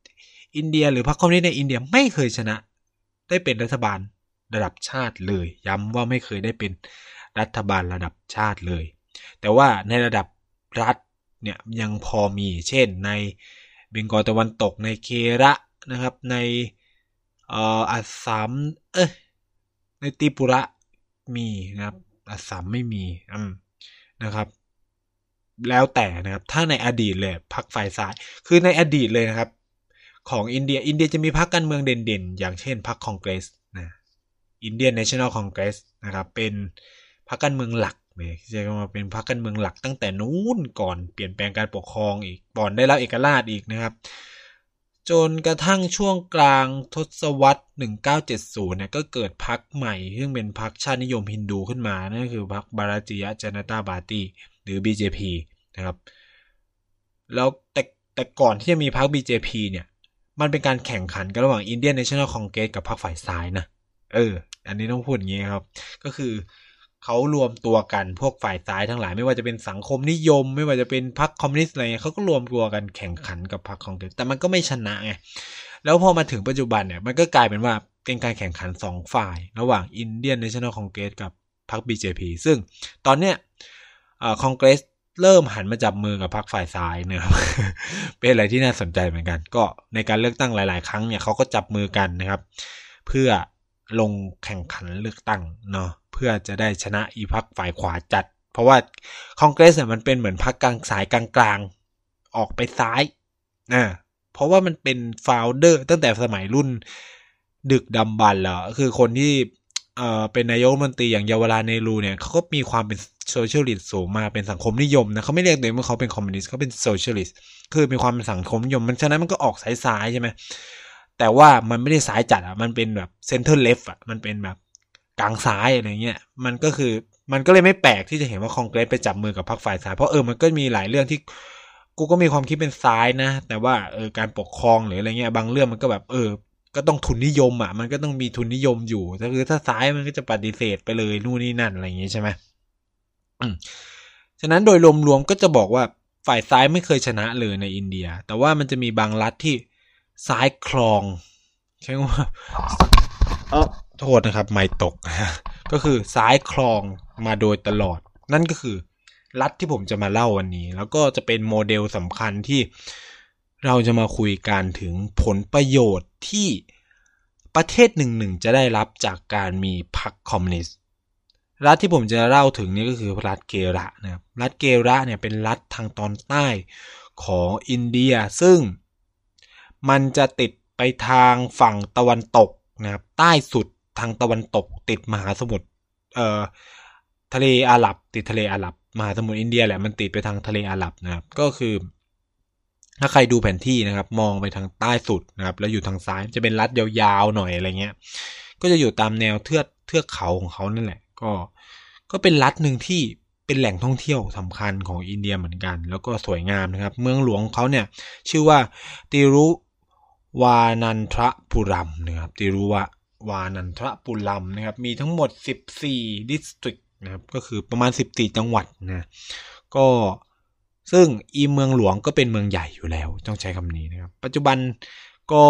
อินเดียหรือพรรคคอมมิวนิสต์ในอินเดียไม่เคยชนะได้เป็นรัฐบาลระดับชาติเลยย้ำว่าไม่เคยได้เป็นรัฐบาลระดับชาติเลยแต่ว่าในระดับรัฐเนี่ยยังพอมีเช่นในเบงกอลตะวันตกในเคระนะครับในเอ่ออัสสัมเอ้ยในตริปุระมีนะครับอัสสัมไม่มีอืมนะครับแล้วแต่นะครับถ้าในอดีตเลยพรรคฝ่ายซ้ายคือในอดีตเลยนะครับของอินเดียอินเดียจะมีพรรคการเมืองเด่นๆอย่างเช่นพรรคคองเกรสนะ Indian National Congress นะครับเป็นพรรคการเมืองหลักเนี่ยจะมาเป็นพรรคการเมืองหลักตั้งแต่นู้นก่อนเปลี่ยนแปลงการปกครองอีกก่อนได้รับเอกราชอีกนะครับจนกระทั่งช่วงกลางทศวรรษหนึ่งพันเก้าร้อยเจ็ดสิบเนี่ยก็เกิดพรรคใหม่ซึ่งเป็นพรรคชาตินิยมฮินดูขึ้นมานั่นก็คือพรรคบาราติยะจานาตาปาร์ตี้หรือ บี เจ พี นะครับแล้วแต่แต่ก่อนที่จะมีพรรค บี เจ พี เนี่ยมันเป็นการแข่งขันกันระหว่าง Indian National Congress กับพรรคฝ่ายซ้ายนะเอออันนี้ต้องพูดอย่างนี้ครับก็คือเขารวมตัวกันพวกฝ่ายซ้ายทั้งหลายไม่ว่าจะเป็นสังคมนิยมไม่ว่าจะเป็นพรรคคอมมิวนิสต์อะไรเงี้ยเขาก็รวมตัวกันแข่งขันกับพรรคคองเกรสแต่มันก็ไม่ชนะไงแล้วพอมาถึงปัจจุบันเนี่ยมันก็กลายเป็นว่าเป็นการแข่งขันสองฝ่ายระหว่าง Indian National Congress กับพรรค บี เจ พี ซึ่งตอนเนี้ยอ่าคองเกรสเริ่มหันมาจับมือกับพรรคฝ่ายซ้ายนะครับ เป็นอะไรที่น่าสนใจเหมือนกันก็ในการเลือกตั้งหลายๆครั้งเนี่ยเขาก็จับมือกันนะครับเพื่อลงแข่งขันเลือกตั้งเนาะเพื่อจะได้ชนะอีพรรคฝ่ายขวาจัดเพราะว่าคองเกรสเนี่ยมันเป็นเหมือนพรรคกลางสายกลางๆออกไปซ้ายอ่าเพราะว่ามันเป็นโฟลเดอร์ตั้งแต่สมัยรุ่นดึกดำบรรพ์แล้วคือคนที่เอ่อเป็นนายกรัฐมนตรีอย่างเยาวราชเนรูเนี่ยเขาก็มีความเป็นโซเชียลิสต์สูงมาเป็นสังคมนิยมนะเขาไม่เรียกตัวเองว่าเขาเป็นคอมมิวนิสต์เขาเป็นโซเชียลิสต์คือมีความเป็นสังคมนิยมมันฉะนั้นมันก็ออกสายๆใช่ไหมแต่ว่ามันไม่ได้ซ้ายจัดอ่ะมันเป็นแบบเซนเตอร์เลฟอ่ะมันเป็นแบบกลางซ้ายอะไรเงี้ยมันก็คือมันก็เลยไม่แปลกที่จะเห็นว่าคองเกรสไปจับมือกับพรรคฝ่ายซ้ายเพราะเออมันก็มีหลายเรื่องที่กูก็มีความคิดเป็นซ้ายนะแต่ว่าเออการปกครองหรืออะไรเงี้ยบางเรื่องมันก็แบบเออก็ต้องทุนนิยมอ่ะมันก็ต้องมีทุนนิยมอยู่ถ้าคือถ้าซ้ายมันก็จะปฏิเสธไปเลยนู่นนี่นั่นอะไรอย่างงี้ใช่ไหมอืมฉะนั้นโดยรวมๆก็จะบอกว่าฝ่ายซ้ายไม่เคยชนะเลยในอินเดียแต่ว่ามันจะมีบางรัฐที่ซ้ายครองใช่ไหมว่าเออโทษนะครับไม่ตก ก็คือซ้ายครองมาโดยตลอดนั่นก็คือรัฐที่ผมจะมาเล่าวันนี้แล้วก็จะเป็นโมเดลสำคัญที่เราจะมาคุยกันถึงผลประโยชน์ที่ประเทศหนึ่งๆจะได้รับจากการมีพรรคคอมมิวนิสต์รัฐที่ผมจะเล่าถึงนี่ก็คือรัฐเกระนะครับรัฐเกระเนี่ยเป็นรัฐทางตอนใต้ของอินเดียซึ่งมันจะติดไปทางฝั่งตะวันตกนะครับใต้สุดทางตะวันตกติดมหาสมุทรเอ่อทะเลอาหรับติดทะเลอาหรับมหาสมุทรอินเดียแหละมันติดไปทางทะเลอาหรับนะครับก็คือถ้าใครดูแผนที่นะครับมองไปทางใต้สุดนะครับแล้วอยู่ทางซ้ายจะเป็นรัฐยาวๆหน่อยอะไรเงี้ยก็จะอยู่ตามแนวเทือกเทือกเขาของเขานั่นแหละก็ก็เป็นรัฐหนึ่งที่เป็นแหล่งท่องเที่ยวสำคัญของอินเดียเหมือนกันแล้วก็สวยงามนะครับเมืองหลวงของเขาเนี่ยชื่อว่าติรุวานันทรปุรัมนะครับติรุวานันทรปุรัมนะครับมีทั้งหมดสิบสี่ district นะครับก็คือประมาณสิบสี่จังหวัดนะก็ซึ่งอีเมืองหลวงก็เป็นเมืองใหญ่อยู่แล้วต้องใช้คำนี้นะครับปัจจุบันก็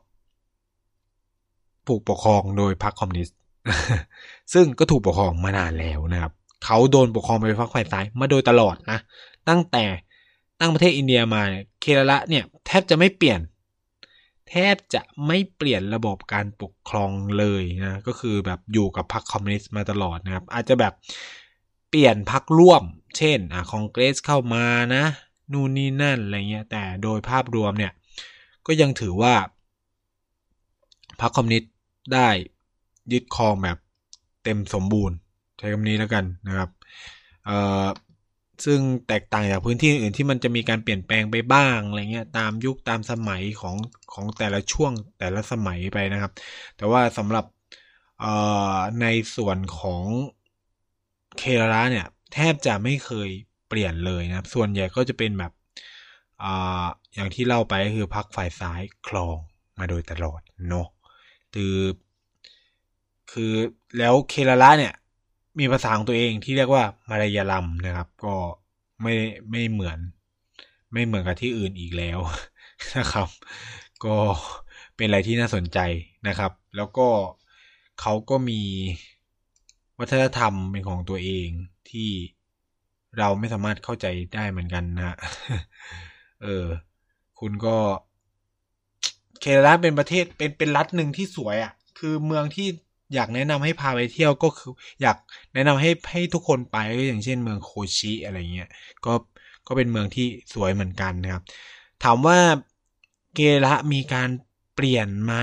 ถูกปกครองโดยพรรคคอมมิวนิสต์ ซึ่งก็ถูกปกครองมานานแล้วนะครับเขาโดนปกครองโดยพรรคฝ่ายซ้ายมาโดยตลอดนะตั้งแต่ตั้งประเทศอินเดียมาเนี่ยเครละเนี่ยแทบจะไม่เปลี่ยนแทบจะไม่เปลี่ยนระบบการปกครองเลยนะก็คือแบบอยู่กับพรรคคอมมิวนิสต์มาตลอดนะครับอาจจะแบบเปลี่ยนพรรคร่วมเช่นอ่ะคองเกรสเข้ามานะนู่นนี่นั่นอะไรเงี้ยแต่โดยภาพรวมเนี่ยก็ยังถือว่าพรรคคอมมิวนิสต์ได้ยึดครองแบบเต็มสมบูรณ์ใช้คำนี้แล้วกันนะครับเอ่อซึ่งแตกต่างจากพื้นที่อื่นที่มันจะมีการเปลี่ยนแปลงไปบ้างอะไรเงี้ยตามยุคตามสมัยของของแต่ละช่วงแต่ละสมัยไปนะครับแต่ว่าสำหรับเอ่อในส่วนของเคระเนี่ยแทบจะไม่เคยเปลี่ยนเลยนะครับส่วนใหญ่ก็จะเป็นแบบอ่าอย่างที่เล่าไปก็คือพรรคฝ่ายซ้ายครองมาโดยตลอดเนาะคือคือแล้วเคระเนี่ยมีภาษาของตัวเองที่เรียกว่ามาลายัลลัมนะครับก็ไม่ไม่เหมือนไม่เหมือนกับที่อื่นอีกแล้วนะครับก็เป็นอะไรที่น่าสนใจนะครับแล้วก็เขาก็มีวัฒนธรรมเป็นของตัวเองที่เราไม่สามารถเข้าใจได้เหมือนกันนะ เออคุณก็เครัลเป็นประเทศเป็นเป็นรัฐหนึ่งที่สวยอ่ะคือเมืองที่อยากแนะนำให้พาไปเที่ยวก็คืออยากแนะนำให้ให้ทุกคนไปก็อย่างเช่นเมืองโคชิอะไรเงี้ยก็ก็เป็นเมืองที่สวยเหมือนกันนะครับถามว่าเกระมีการเปลี่ยนไหม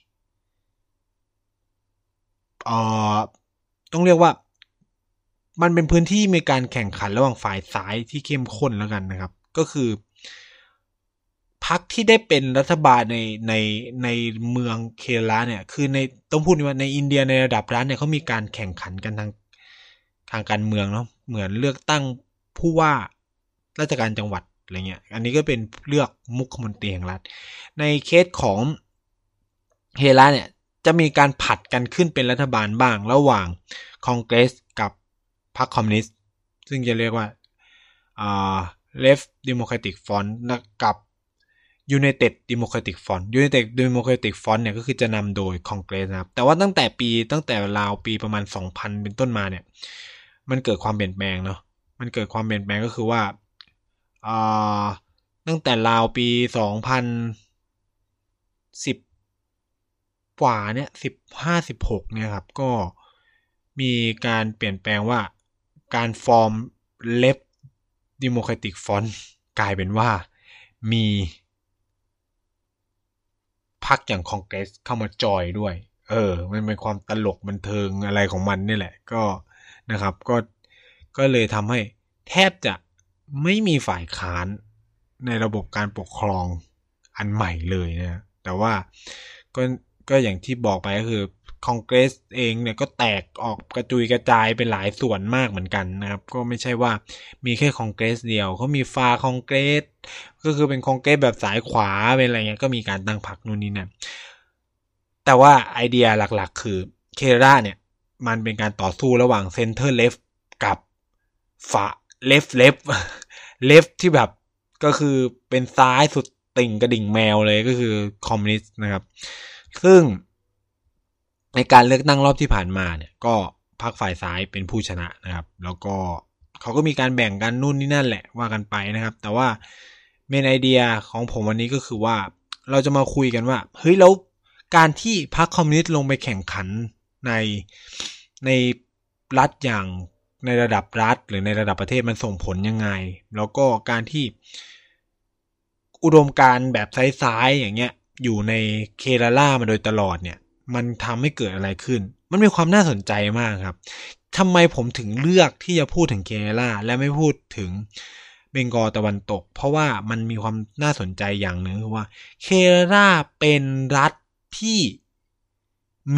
เอ่อต้องเรียกว่ามันเป็นพื้นที่มีการแข่งขันระหว่างฝ่ายซ้ายที่เข้มข้นแล้วกันนะครับก็คือพรรคที่ได้เป็นรัฐบาลในในในเมืองเคระเนี่ยคือในต้องพูดว่าในอินเดียในระดับรัฐเนี่ยเขามีการแข่งขันกันทางทางการเมืองเนาะเหมือนเลือกตั้งผู้ว่าราชการจังหวัดอะไรเงี้ยอันนี้ก็เป็นเลือกมุขมนตรีแห่งรัฐในเคสของเคระเนี่ยจะมีการผัดกันขึ้นเป็นรัฐบาลบ้างระหว่างคองเกรสกับพรรคคอมมิวนิสต์ซึ่งจะเรียกว่าอ่า Left Democratic Front กับ United Democratic Front United Democratic Front เนี่ยก็คือจะนำโดยคองเกรสนะครับแต่ว่าตั้งแต่ปีตั้งแต่ราวปีประมาณสองพันเป็นต้นมาเนี่ยมันเกิดความเปลี่ยนแปลงเนาะมันเกิดความเปลี่ยนแปลงก็คือว่าอ่าตั้งแต่ราวปีสองพันสิบกว่าเนี่ยสิบห้าสิบหกเนี่ยครับก็มีการเปลี่ยนแปลงว่าการฟอร์ม Left Democratic Front กลายเป็นว่ามีพรรคอย่างคองเกรสเข้ามาจอยด้วยเออมันเป็นความตลกบันเทิงอะไรของมันนี่แหละก็นะครับก็ก็เลยทำให้แทบจะไม่มีฝ่ายค้านในระบบการปกครองอันใหม่เลยนะแต่ว่าก็ก็อย่างที่บอกไปก็คือคองเกรสเองเนี่ยก็แตกออกกระจุยกระจายเป็นหลายส่วนมากเหมือนกันนะครับก็ไม่ใช่ว่ามีแค่คองเกรสเดียวเขามีฟาคองเกรสก็คือเป็นคองเกรสแบบสายขวาเป็นอะไรเงี้ยก็มีการตั้งพรรคนู่นนี่นั่นแต่ว่าไอเดียหลักๆคือเคราเนี่ยมันเป็นการต่อสู้ระหว่างเซนเตอร์เลฟกับฝาเลฟเลฟเลฟที่แบบก็คือเป็นซ้ายสุดติ่งกระดิ่งแมวเลยก็คือคอมมิวนิสต์นะครับซึ่งในการเลือกตั้งรอบที่ผ่านมาเนี่ยก็พรรคฝ่ายซ้ายเป็นผู้ชนะนะครับแล้วก็เขาก็มีการแบ่งกันนู่นนี่นั่นแหละว่ากันไปนะครับแต่ว่าเมนไอเดียของผมวันนี้ก็คือว่าเราจะมาคุยกันว่าเฮ้ยแล้วการที่พรรคคอมมิวนิสต์ลงไปแข่งขันในในรัฐอย่างในระดับรัฐหรือในระดับประเทศมันส่งผลยังไงแล้วก็การที่อุดมการณ์แบบซ้ายๆอย่างเงี้ยอยู่ในเคราลามาโดยตลอดเนี่ยมันทำให้เกิดอะไรขึ้นมันมีความน่าสนใจมากครับทำไมผมถึงเลือกที่จะพูดถึงเคราลาและไม่พูดถึงเบงกอลตะวันตกเพราะว่ามันมีความน่าสนใจอย่างหนึ่งคือว่าเคราลาเป็นรัฐที่มี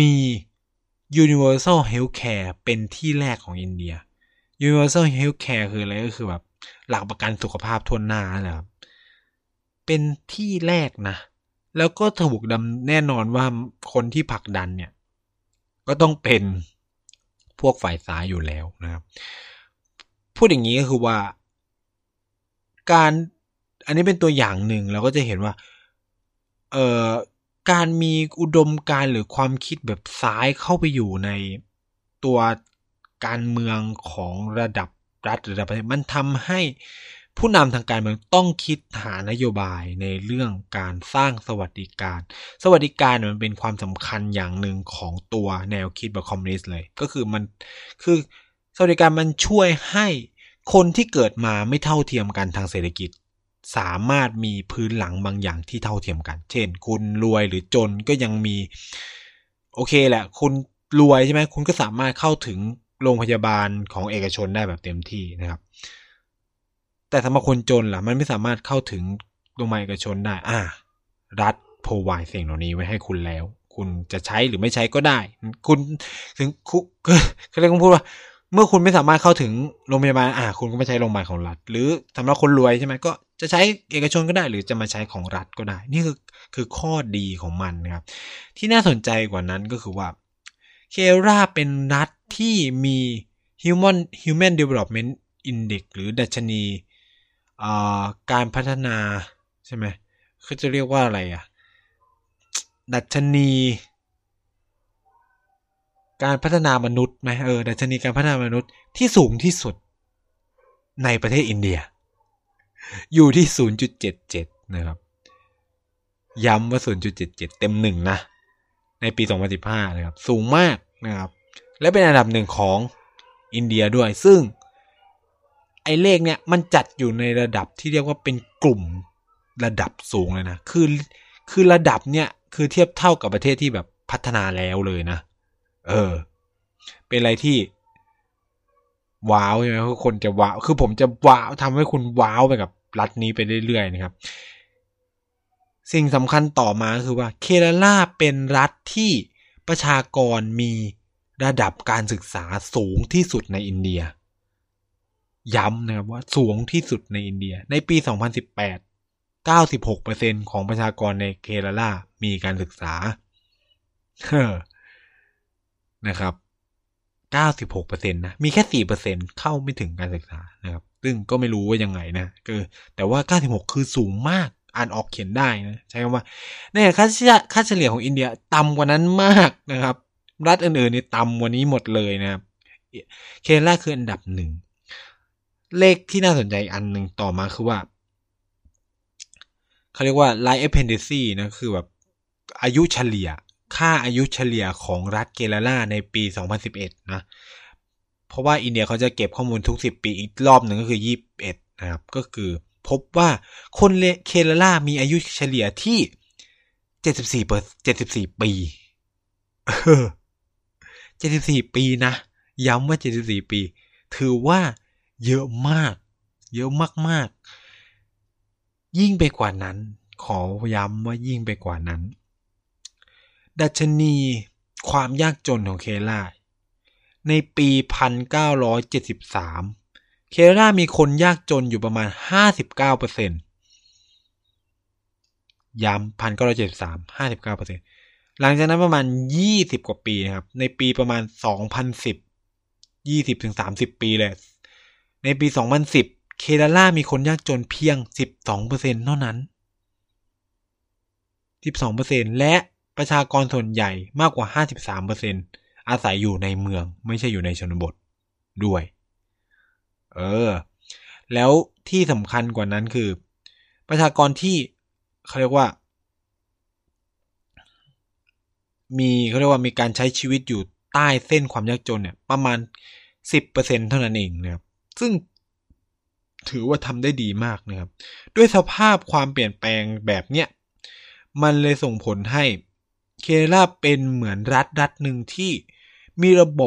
Universal Healthcare เป็นที่แรกของอินเดีย Universal Healthcare คืออะไรก็คือแบบหลักประกันสุขภาพทั่วหน้าแหละครับเป็นที่แรกนะแล้วก็ถูกดำแน่นอนว่าคนที่ผลักดันเนี่ยก็ต้องเป็นพวกฝ่ายซ้ายอยู่แล้วนะครับพูดอย่างนี้ก็คือว่าการอันนี้เป็นตัวอย่างหนึ่งเราก็จะเห็นว่าเอ่อการมีอุดมการณ์หรือความคิดแบบซ้ายเข้าไปอยู่ในตัวการเมืองของระดับรัฐหรือระดับประเทศมันทำให้ผู้นำทางการเมืองต้องคิดหานโยบายในเรื่องการสร้างสวัสดิการสวัสดิการมันเป็นความสำคัญอย่างหนึ่งของตัวแนวคิดแบบคอมมิวนิสต์เลยก็คือมันคือสวัสดิการมันช่วยให้คนที่เกิดมาไม่เท่าเทียมกันทางเศรษฐกิจสามารถมีพื้นหลังบางอย่างที่เท่าเทียมกันเช่นคุณรวยหรือจนก็ยังมีโอเคแหละคุณรวยใช่ไหมคุณก็สามารถเข้าถึงโรงพยาบาลของเอกชนได้แบบเต็มที่นะครับแต่สำหรับคนจนล่ะมันไม่สามารถเข้าถึงโรงพยาบาลเอกชนได้อ่ารัฐโพรไวด์สิ่งเหล่านี้ไว้ให้คุณแล้วคุณจะใช้หรือไม่ใช้ก็ได้คุณถึงคุกเขาเรียกพูดว่าเมื่อคุณไม่สามารถเข้าถึงโรงพยาบาลอ่าคุณก็ไม่ใช้โรงพยาบาลของรัฐหรือสำหรับคนรวยใช่ไหมก็จะใช้เอกชนก็ได้หรือจะมาใช้ของรัฐก็ได้นี่คือคือข้อดีของมันนะครับที่น่าสนใจกว่านั้นก็คือว่าเคราเป็นรัฐที่มี Human Human Development Index หรือดัชนีการพัฒนาใช่ไหมเขาจะเรียกว่าอะไรอ่ะดัชนีการพัฒนามนุษย์ไหมเออดัชนีการพัฒนามนุษย์ที่สูงที่สุดในประเทศอินเดียอยู่ที่ ศูนย์จุดเจ็ดเจ็ด นะครับย้ำว่า ศูนย์จุดเจ็ดเจ็ด เต็มหนึ่งนะในปีสองพันสิบห้านะครับสูงมากนะครับและเป็นอันดับหนึ่งของอินเดียด้วยซึ่งไอ้เลขเนี่ยมันจัดอยู่ในระดับที่เรียกว่าเป็นกลุ่มระดับสูงเลยนะคือคือระดับเนี่ยคือเทียบเท่ากับประเทศที่แบบพัฒนาแล้วเลยนะเออเป็นอะไรที่ว้าวใช่ไหมคือคนจะว้าวคือผมจะว้าวทำให้คุณว้าวไปกับรัฐนี้ไปเรื่อยๆนะครับสิ่งสำคัญต่อมาคือว่าเครัลาเป็นรัฐที่ประชากรมีระดับการศึกษาสูงที่สุดในอินเดียย้ำนะครับว่าสูงที่สุดในอินเดียในปีสองพันสิบแปด เก้าสิบหกเปอร์เซ็นต์ ของประชากรในเครัลามีการศึกษานะครับ เก้าสิบหกเปอร์เซ็นต์ นะมีแค่ สี่เปอร์เซ็นต์ เข้าไม่ถึงการศึกษานะครับซึ่งก็ไม่รู้ว่ายังไงนะคือแต่ว่าเก้าสิบหกคือสูงมากอ่านออกเขียนได้นะใช้คำว่าเนี่ยค่าเฉลี่ยค่าเฉลี่ยของอินเดียต่ำกว่านั้นมากนะครับรัฐอื่นๆนี่ต่ำกว่านี้หมดเลยนะครับเครัลาคืออันดับหนึ่งเลขที่น่าสนใจอันหนึ่งต่อมาคือว่าเขาเรียกว่า life expectancy นะคือแบบอายุเฉลี่ยค่าอายุเฉลี่ยของรัฐเครัลาในปีสองพันสิบเอ็ดนะเพราะว่าอินเดียเขาจะเก็บข้อมูลทุกสิบปีอีกรอบหนึ่งก็คือยี่สิบเอ็ดนะครับก็คือพบว่าคนเครัลามีอายุเฉลี่ยที่เจ็ดสิบสี่เปอร์เจ็ดสิบสี่ปีเออเจ็ดสิบสี่ปีนะย้ำว่าเจ็ดสิบสี่ปีถือว่าเยอะมากเยอะมากๆยิ่งไปกว่านั้นขอย้ำว่ายิ่งไปกว่านั้นดัชนีความยากจนของเครัลาในปีหนึ่งพันเก้าร้อยเจ็ดสิบสามเครัลามีคนยากจนอยู่ประมาณ ห้าสิบเก้าเปอร์เซ็นต์ ย้ำ หนึ่งพันเก้าร้อยเจ็ดสิบสาม ห้าสิบเก้าเปอร์เซ็นต์ หลังจากนั้นประมาณยี่สิบกว่าปีนะครับในปีประมาณสองพันสิบ ยี่สิบถึงสามสิบปีเลยในปีสองพันสิบเครัลามีคนยากจนเพียง สิบสองเปอร์เซ็นต์ เท่านั้น สิบสองเปอร์เซ็นต์ และประชากรส่วนใหญ่มากกว่า ห้าสิบสามเปอร์เซ็นต์ อาศัยอยู่ในเมืองไม่ใช่อยู่ในชนบทด้วยเออแล้วที่สำคัญกว่านั้นคือประชากรที่เขาเรียกว่ามีเขาเรียกว่ามีการใช้ชีวิตอยู่ใต้เส้นความยากจนเนี่ยประมาณ สิบเปอร์เซ็นต์ เท่านั้นเองนะครับซึ่งถือว่าทำได้ดีมากนะครับด้วยสภาพความเปลี่ยนแปลงแบบเนี้ยมันเลยส่งผลให้เครัลาเป็นเหมือนรัฐรัฐหนึ่งที่มีระบบ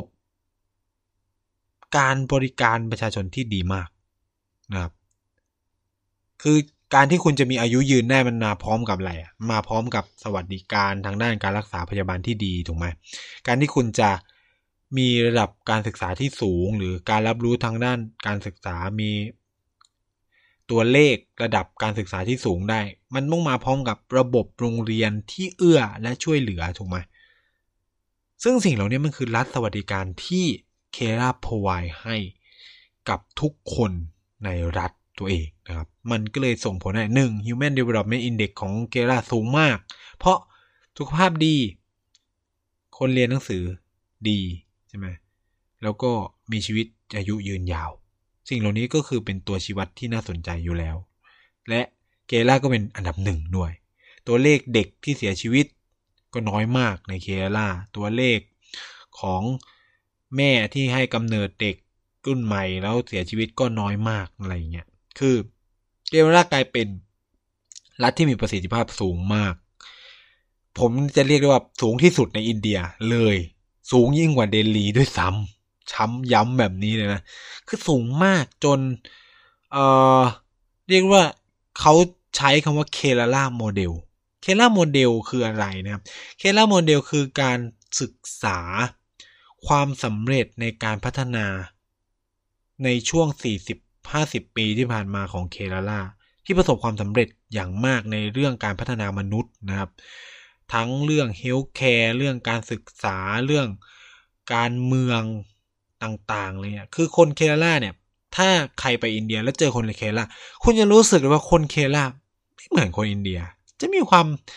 การบริการประชาชนที่ดีมากนะครับคือการที่คุณจะมีอายุยืนได้มันมาพร้อมกับอะไรมาพร้อมกับสวัสดิการทางด้านการรักษาพยาบาลที่ดีถูกไหมการที่คุณจะมีระดับการศึกษาที่สูงหรือการรับรู้ทางด้านการศึกษามีตัวเลขระดับการศึกษาที่สูงได้มันต้องมาพร้อมกับระบบโรงเรียนที่เอื้อและช่วยเหลือถูกไหมซึ่งสิ่งเหล่านี้มันคือรัฐสวัสดิการที่เครัลาพรอไวด์ให้กับทุกคนในรัฐตัวเองนะครับมันก็เลยส่งผลให้หนึ่ง Human Development Index ของเครัลาสูงมากเพราะสุขภาพดีคนเรียนหนังสือดีใช่ไหมแล้วก็มีชีวิตอายุยืนยาวสิ่งเหล่านี้ก็คือเป็นตัวชี้วัดที่น่าสนใจอยู่แล้วและเครัลาก็เป็นอันดับหนึ่งด้วยตัวเลขเด็กที่เสียชีวิตก็น้อยมากในเครัลาตัวเลขของแม่ที่ให้กำเนิดเด็กรุ่นใหม่แล้วเสียชีวิตก็น้อยมากอะไรเงี้ยคือเครัลากลายเป็นรัฐที่มีประสิทธิภาพสูงมากผมจะเรียกได้ว่าสูงที่สุดในอินเดียเลยสูงยิ่งกว่าเดลีด้วยซ้ำช้ำย้ำแบบนี้เลยนะคือสูงมากจนเอ่อเรียกว่าเขาใช้คำว่าเครัลาโมเดลเครัลาโมเดลคืออะไรนะครับเครัลาโมเดลคือการศึกษาความสำเร็จในการพัฒนาในช่วง สี่สิบถึงห้าสิบ ปีที่ผ่านมาของเครัลาที่ประสบความสำเร็จอย่างมากในเรื่องการพัฒนามนุษย์นะครับทั้งเรื่องเฮลท์แคร์เรื่องการศึกษาเรื่องการเมืองต่างๆเลยเนี่ยคือคนเครัลาเนี่ยถ้าใครไปอินเดียแล้วเจอคนเครัลาคุณจะรู้สึกเลยว่าคนเครัลาไม่เหมือนคนอินเดียจะมีความ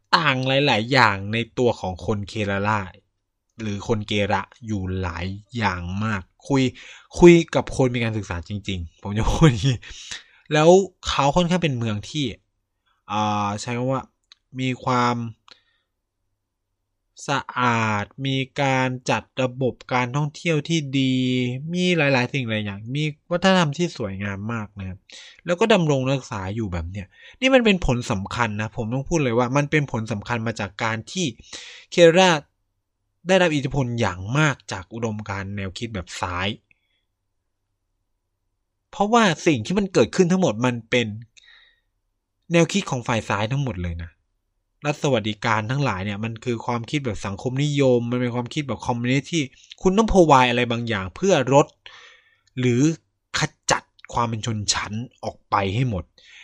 ต่างหลายๆอย่างในตัวของคนเคราลาหรือคนเกระอยู่หลายอย่างมากคุยคุยกับคนมีการศึกษาจริงๆผมจะพูดอย่างนี้แล้วเขาค่อนข้างเป็นเมืองที่อ่าใช้คำว่ามีความสะอาดมีการจัดระบบการท่องเที่ยวที่ดีมีหลายๆสิ่งหลายอย่างมีวัฒนธรรมที่สวยงามมากนะครับแล้วก็ดำรงรักษาอยู่แบบเนี้ยนี่มันเป็นผลสำคัญนะผมต้องพูดเลยว่ามันเป็นผลสำคัญมาจากการที่เคราได้รับอิทธิพลอย่างมากจากอุดมการณ์แนวคิดแบบซ้ายเพราะว่าสิ่งที่มันเกิดขึ้นทั้งหมดมันเป็นแนวคิดของฝ่ายซ้ายทั้งหมดเลยนะรัฐสวัสดิการทั้งหลายเนี่ยมันคือความคิดแบบสังคมนิยมมันเป็นความคิดแบบคอมมิวนิสต์ที่คุณต้องพรอไวด์อะไรบางอย่างเพื่อลดหรือขจัดความเป็นชนชั้นออกไปให้หมด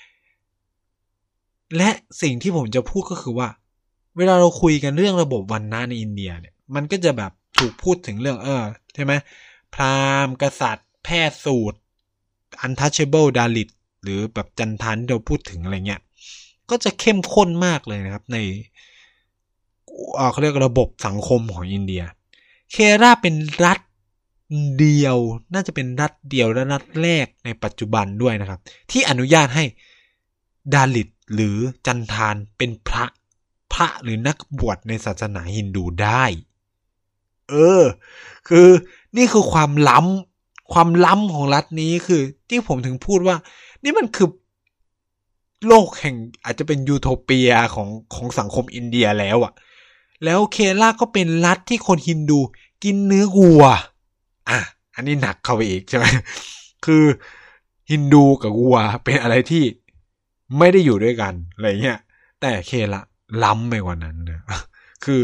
และสิ่งที่ผมจะพูดก็คือว่าเวลาเราคุยกันเรื่องระบบวรรณะในอินเดียเนี่ยมันก็จะแบบถูกพูดถึงเรื่องเออใช่ไหมพราหมณ์กษัตริย์แพทย์สูตร untouchable dalit หรือแบบจันทานที่เราพูดถึงอะไรเงี้ยก็จะเข้มข้นมากเลยนะครับในเอ่อเขาเรียกระบบสังคมของอินเดียเคราเป็นรัฐเดียวน่าจะเป็นรัฐเดียวและรัฐแรกในปัจจุบันด้วยนะครับที่อนุญาตให้ดาลิตหรือจันทานเป็นพระพระหรือนักบวชในศาสนาฮินดูได้เออคือนี่คือความล้ำความล้ำของรัฐนี้คือที่ผมถึงพูดว่านี่มันคือโลกแห่งอาจจะเป็นยูโทเปียของของสังคมอินเดียแล้วอ่ะแล้วเคราก็เป็นรัฐที่คนฮินดูกินเนื้อวัวอ่ะอันนี้หนักเข้าไปอีกใช่ไหมคือฮินดูกับวัวเป็นอะไรที่ไม่ได้อยู่ด้วยกันอะไรเงี้ยแต่เคราล้ำไปกว่านั้นนะคือ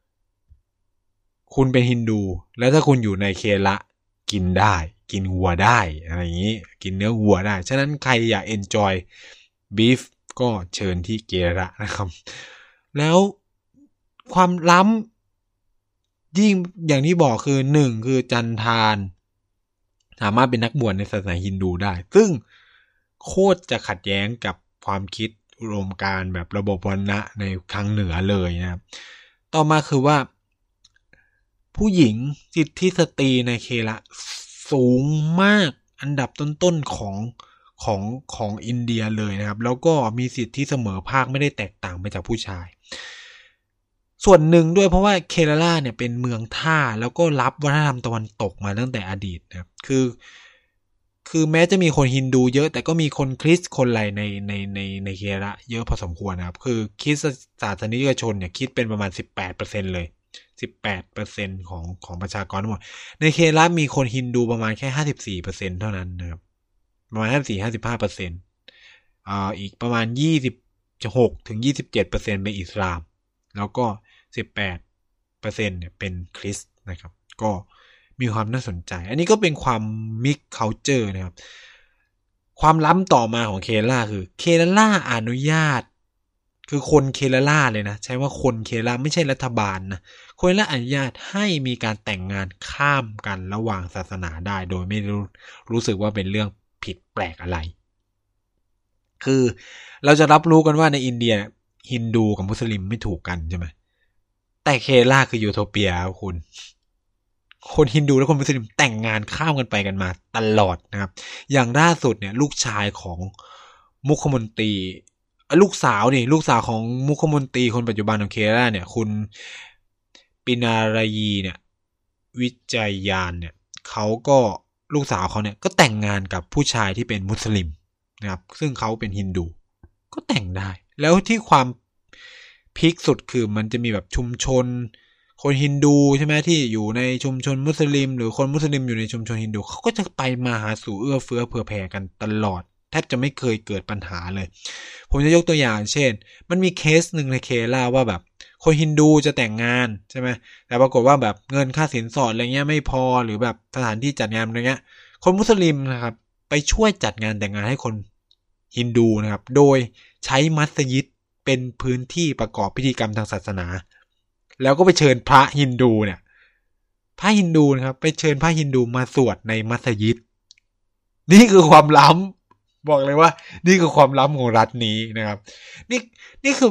คุณเป็นฮินดูแล้วถ้าคุณอยู่ในเครากินได้กินวัวได้อะไรอย่างนี้กินเนื้อวัวได้ฉะนั้นใครอยากเอนจอยบีฟก็เชิญที่เกระนะครับแล้วความล้ำยิ่งอย่างที่บอกคือหนึ่งคือจันทานสามารถเป็นนักบวชในศาสนาฮินดูได้ซึ่งโคตรจะขัดแย้งกับความคิดอุดมการณ์แบบระบบวรรณะในทางเหนือเลยนะครับต่อมาคือว่าผู้หญิงสิทธิสตรีในเคระสูงมากอันดับต้นๆของของของอินเดียเลยนะครับแล้วก็มีสิทธิเสมอภาคไม่ได้แตกต่างไปจากผู้ชายส่วนหนึ่งด้วยเพราะว่าเคราเนี่ยเป็นเมืองท่าแล้วก็รับวัฒนธรรมตะวันตกมาตั้งแต่อดีตนะครับคือคือแม้จะมีคนฮินดูเยอะแต่ก็มีคนคริสต์คนอะไรในในในในเคระเยอะพอสมควรนะครับคือคริสต์ศาสนิกชนเนี่ยคิดเป็นประมาณ สิบแปดเปอร์เซ็นต์ เลย สิบแปดเปอร์เซ็นต์ ของของประชากรทั้งหมดในเคระมีคนฮินดูประมาณแค่ ห้าสิบสี่เปอร์เซ็นต์ เท่านั้นนะครับประมาณ ห้าสิบสี่ ห้าสิบห้าเปอร์เซ็นต์ อ่าอีกประมาณ ยี่สิบหกถึงยี่สิบเจ็ดเปอร์เซ็นต์ เป็นอิสลามแล้วก็ สิบแปดเปอร์เซ็นต์ เนี่ยเป็นคริสต์นะครับก็มีความน่าสนใจอันนี้ก็เป็นความมิกซ์คัลเจอร์นะครับความล้ำต่อมาของเคราคือเคราอนุญาตคือคนเคราเลยนะใช้ว่าคนเคราไม่ใช่รัฐบาลนะคนเคราอนุญาตให้มีการแต่งงานข้ามกันระหว่างศาสนาได้โดยไม่รู้รู้สึกว่าเป็นเรื่องผิดแปลกอะไรคือเราจะรับรู้กันว่าในอินเดียฮินดูกับมุสลิมไม่ถูกกันใช่ไหมแต่เคราคือยูโทเปียครับคุณคนฮินดูและคนมุสลิมแต่งงานข้ามกันไปกันมาตลอดนะครับอย่างล่าสุดเนี่ยลูกชายของมุขมนตรีลูกสาวนี่ลูกสาวของมุขมนตรีคนปัจจุบันของเคราเนี่ยคุณปินารายีเนี่ยวิจัยยานเนี่ยเขาก็ลูกสาวเขาเนี่ยก็แต่งงานกับผู้ชายที่เป็นมุสลิมนะครับซึ่งเขาเป็นฮินดูก็แต่งได้แล้วที่ความพีคสุดคือมันจะมีแบบชุมชนคนฮินดูใช่ไหมที่อยู่ในชุมชนมุสลิมหรือคนมุสลิมอยู่ในชุมชนฮินดูเขาก็จะไปมาหาสู่เอื้อเฟื้อเผื่อแผ่กันตลอดแทบจะไม่เคยเกิดปัญหาเลยผมจะยกตัวอย่างเช่นมันมีเคสหนึ่งในเคราว่าแบบคนฮินดูจะแต่งงานใช่ไหมแต่ปรากฏว่าแบบเงินค่าสินสอดอะไรเงี้ยไม่พอหรือแบบสถานที่จัดงานอะไรเงี้ยคนมุสลิมนะครับไปช่วยจัดงานแต่งงานให้คนฮินดูนะครับโดยใช้มัสยิดเป็นพื้นที่ประกอบพิธีกรรมทางศาสนาแล้วก็ไปเชิญพระฮินดูเนี่ยพระฮินดูนะครับไปเชิญพระฮินดูมาสวดในมัสยิดนี่คือความล้ำบอกเลยว่านี่คือความล้ำของรัฐนี้นะครับนี่นี่คือ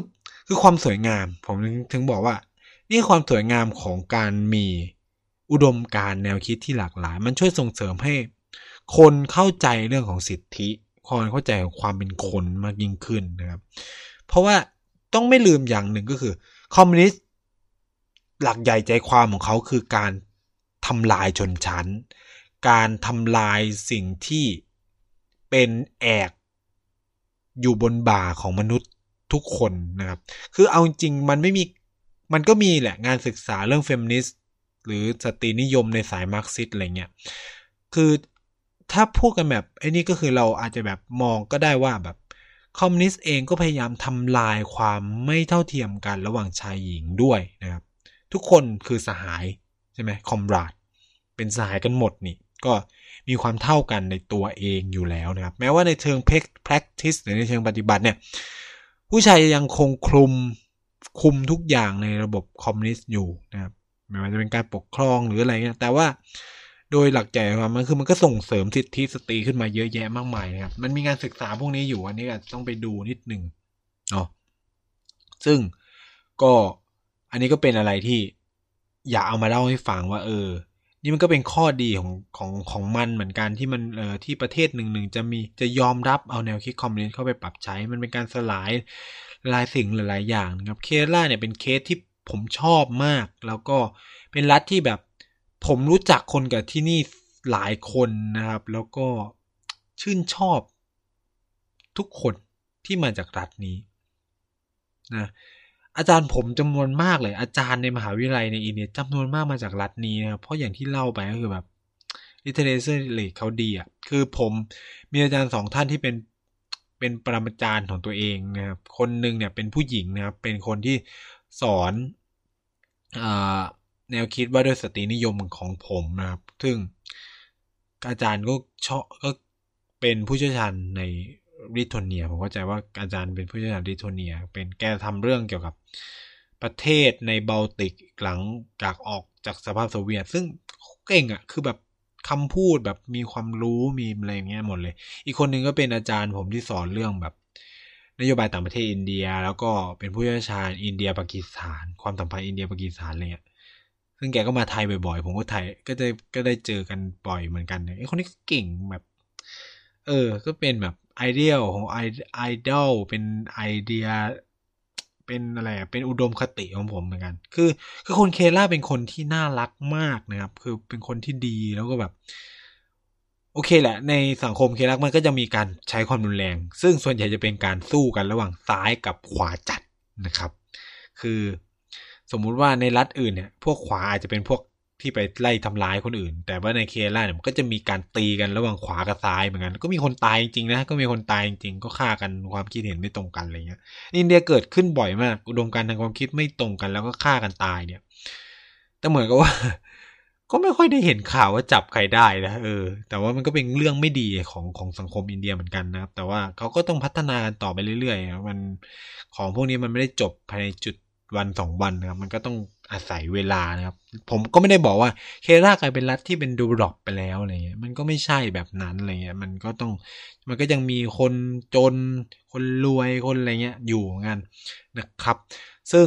คือความสวยงามผมถึงบอกว่านี่ความสวยงามของการมีอุดมการณ์แนวคิดที่หลากหลายมันช่วยส่งเสริมให้คนเข้าใจเรื่องของสิทธิคนเข้าใจของความเป็นคนมากยิ่งขึ้นนะครับเพราะว่าต้องไม่ลืมอย่างหนึ่งก็คือคอมมิวนิสต์หลักใหญ่ใจความของเขาคือการทำลายชนชั้นการทำลายสิ่งที่เป็นแอกอยู่บนบ่าของมนุษย์ทุกคนนะครับคือเอาจริงมันไม่มีมันก็มีแหละงานศึกษาเรื่องเฟมินิสต์หรือสตรีนิยมในสายมาร์กซิสต์อะไรเงี้ยคือถ้าพูดกันแบบไอ้นี่ก็คือเราอาจจะแบบมองก็ได้ว่าแบบคอมมิวนิสต์เองก็พยายามทำลายความไม่เท่าเทียมกันระหว่างชายหญิงด้วยนะครับทุกคนคือสหายใช่ไหมคอมราดเป็นสหายกันหมดนี่ก็มีความเท่ากันในตัวเองอยู่แล้วนะครับแม้ว่าในเชิง practice หรือในเชิงปฏิบัติเนี่ยผู้ชายยังคงคลุมคุมทุกอย่างในระบบคอมมิวนิสต์อยู่นะครับไม่ว่าจะเป็นการปกครองหรืออะไรเงี้ยแต่ว่าโดยหลักใจความมันคือมันก็ส่งเสริมสิทธิสตรีขึ้นมาเยอะแยะมากมายนะครับมันมีงานศึกษาพวกนี้อยู่อันนี้ก็ต้องไปดูนิดนึงเนาะซึ่งก็อันนี้ก็เป็นอะไรที่อยากเอามาเล่าให้ฟังว่าเออนี่มันก็เป็นข้อดีของของของมันเหมือนกันที่มันเอ่อที่ประเทศหนึ่งๆจะมีจะยอมรับเอาแนวคิดคอมมิวนิสต์เข้าไปปรับใช้มันเป็นการสลายหลายสิ่งหลายๆอย่างนะครับเคสล่าเนี่ยเป็นเคสที่ผมชอบมากแล้วก็เป็นรัฐที่แบบผมรู้จักคนกับที่นี่หลายคนนะครับแล้วก็ชื่นชอบทุกคนที่มาจากรัฐนี้นะอาจารย์ผมจำนวนมากเลยอาจารย์ในมหาวิทยาลัยในอินเดียจำนวนมากมาจากรัฐนี้นะครับเพราะอย่างที่เล่าไปก็คือแบบ literacy rate เขาดีอ่ะคือผมมีอาจารย์สองท่านที่เป็นเป็นปรมาจารย์ของตัวเองนะครับคนหนึ่งเนี่ยเป็นผู้หญิงนะครับเป็นคนที่สอนอ่าแนวคิดว่าด้วยสตรีนิยมของผมนะครับซึ่งอาจารย์ก็ชอบก็เป็นผู้เชี่ยวชาญในลิทัวเนียผมเข้าใจว่าอาจารย์เป็นผู้เชี่ยวชาญลิทัวเนียเป็นแกทำเรื่องเกี่ยวกับประเทศในบัลติกหลังจากออกจากสภาพโซเวียตซึ่งเก่งอ่ะคือแบบคำพูดแบบมีความรู้มีอะไรอย่างเงี้ยหมดเลยอีกคนนึงก็เป็นอาจารย์ผมที่สอนเรื่องแบบนโยบายต่างประเทศอินเดียแล้วก็เป็นผู้เชี่ยวชาญอินเดียปากีสถานความสัมพันธ์อินเดียปากีสถานอะไรเงี้ยซึ่งแกก็มาไทยบ่อยๆผมก็ไทยก็ได้ก็ได้เจอกันบ่อยเหมือนกันไอ้คนนี้เก่งแบบเออก็เป็นแบบไอเดียของไอไอดอลเป็นไอเดียเป็นอะไรอ่ะเป็นอุดมคติของผมเหมือนกันคือคือคนเคล่าเป็นคนที่น่ารักมากนะครับคือเป็นคนที่ดีแล้วก็แบบโอเคแหละในสังคมเคล่ามันก็จะมีการใช้ความรุนแรงซึ่งส่วนใหญ่จะเป็นการสู้กันระหว่างซ้ายกับขวาจัดนะครับคือสมมุติว่าในรัฐอื่นเนี่ยพวกขวาอาจจะเป็นพวกที่ไปไล่ทำร้ายคนอื่นแต่ว่าในเคล่าเนี่ยมันก็จะมีการตีกันระหว่างขวากับซ้ายเหมือนกันก็มีคนตายจริงๆนะก็มีคนตายจริงๆก็ฆ่ากันความคิดเห็นไม่ตรงกันอะไรเงี้ยอินเดียเกิดขึ้นบ่อยมากอุดมการณ์ทางความคิดไม่ตรงกันแล้วก็ฆ่ากันตายเนี่ยแต่เหมือนกับว่าก็ไม่ค่อยได้เห็นข่าวว่าจับใครได้นะเออแต่ว่ามันก็เป็นเรื่องไม่ดีของของสังคมอินเดียเหมือนกันนะครับแต่ว่าเขาก็ต้องพัฒนาต่อไปเรื่อยๆมันของพวกนี้มันไม่ได้จบภายในจุดวันสองวันนะครับมันก็ต้องอาศัยเวลานะครับผมก็ไม่ได้บอกว่าเครากลายเป็นรัฐที่เป็นดูดรอปไปแล้วอะไรเงี้ยมันก็ไม่ใช่แบบนั้นอะไรเงี้ยมันก็ต้องมันก็ยังมีคนจนคนรวยคนอะไรเงี้ยอยู่เหมือนกันนะครับซึ่ง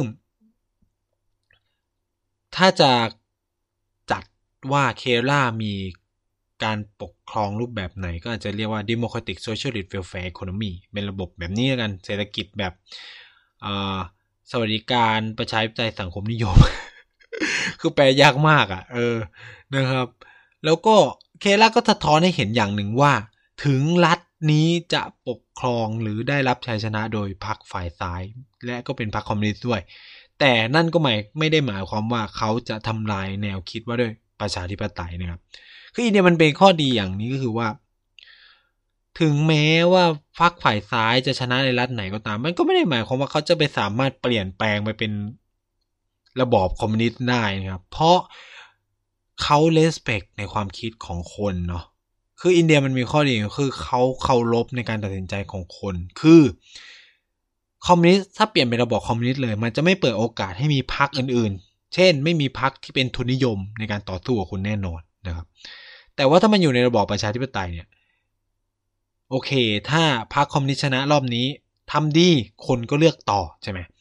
ถ้าจะจัดว่าเครามีการปกครองรูปแบบไหนก็อาจจะเรียกว่า democratic socialist welfare economy เป็นระบบแบบนี้กันเศรษฐกิจแบบสวัสดิการประชาธิปไตยสังคมนิยม คือแปลยากมากอ่ะเออนะครับแล้วก็เคราก็สะท้อนให้เห็นอย่างหนึ่งว่าถึงรัฐนี้จะปกครองหรือได้รับชัยชนะโดยพรรคฝ่ายซ้ายและก็เป็นพรรคคอมมิวนิสต์ด้วยแต่นั่นก็หมายไม่ได้หมายความว่าเขาจะทำลายแนวคิดว่าด้วยประชาธิปไตยนะครับคืออินเดียมันเป็นข้อดีอย่างนี้ก็คือว่าถึงแม้ว่าพรรคฝ่ายซ้ายจะชนะในรัฐไหนก็ตามมันก็ไม่ได้หมายความว่าเขาจะไปสามารถเปลี่ยนแปลงไปเป็นระบอบคอมมิวนิสต์ได้นะครับเพราะเขาเลสเปคในความคิดของคนเนาะคืออินเดียมันมีข้อดีคือเขาเคารพในการตัดสินใจของคนคือคอมมิวนิสต์ถ้าเปลี่ยนเป็นระบอบคอมมิวนิสต์เลยมันจะไม่เปิดโอกาสให้มีพรรคอื่นๆเช่นไม่มีพรรคที่เป็นทุนนิยมในการต่อสู้กับคุณแน่นอนนะครับแต่ว่าถ้ามันอยู่ในระบอบประชาธิปไตยเนี่ยโอเคถ้าพรรคคอมมิวนิสต์ชนะรอบนี้ทำดีคนก็เลือกต่อใช่ไหม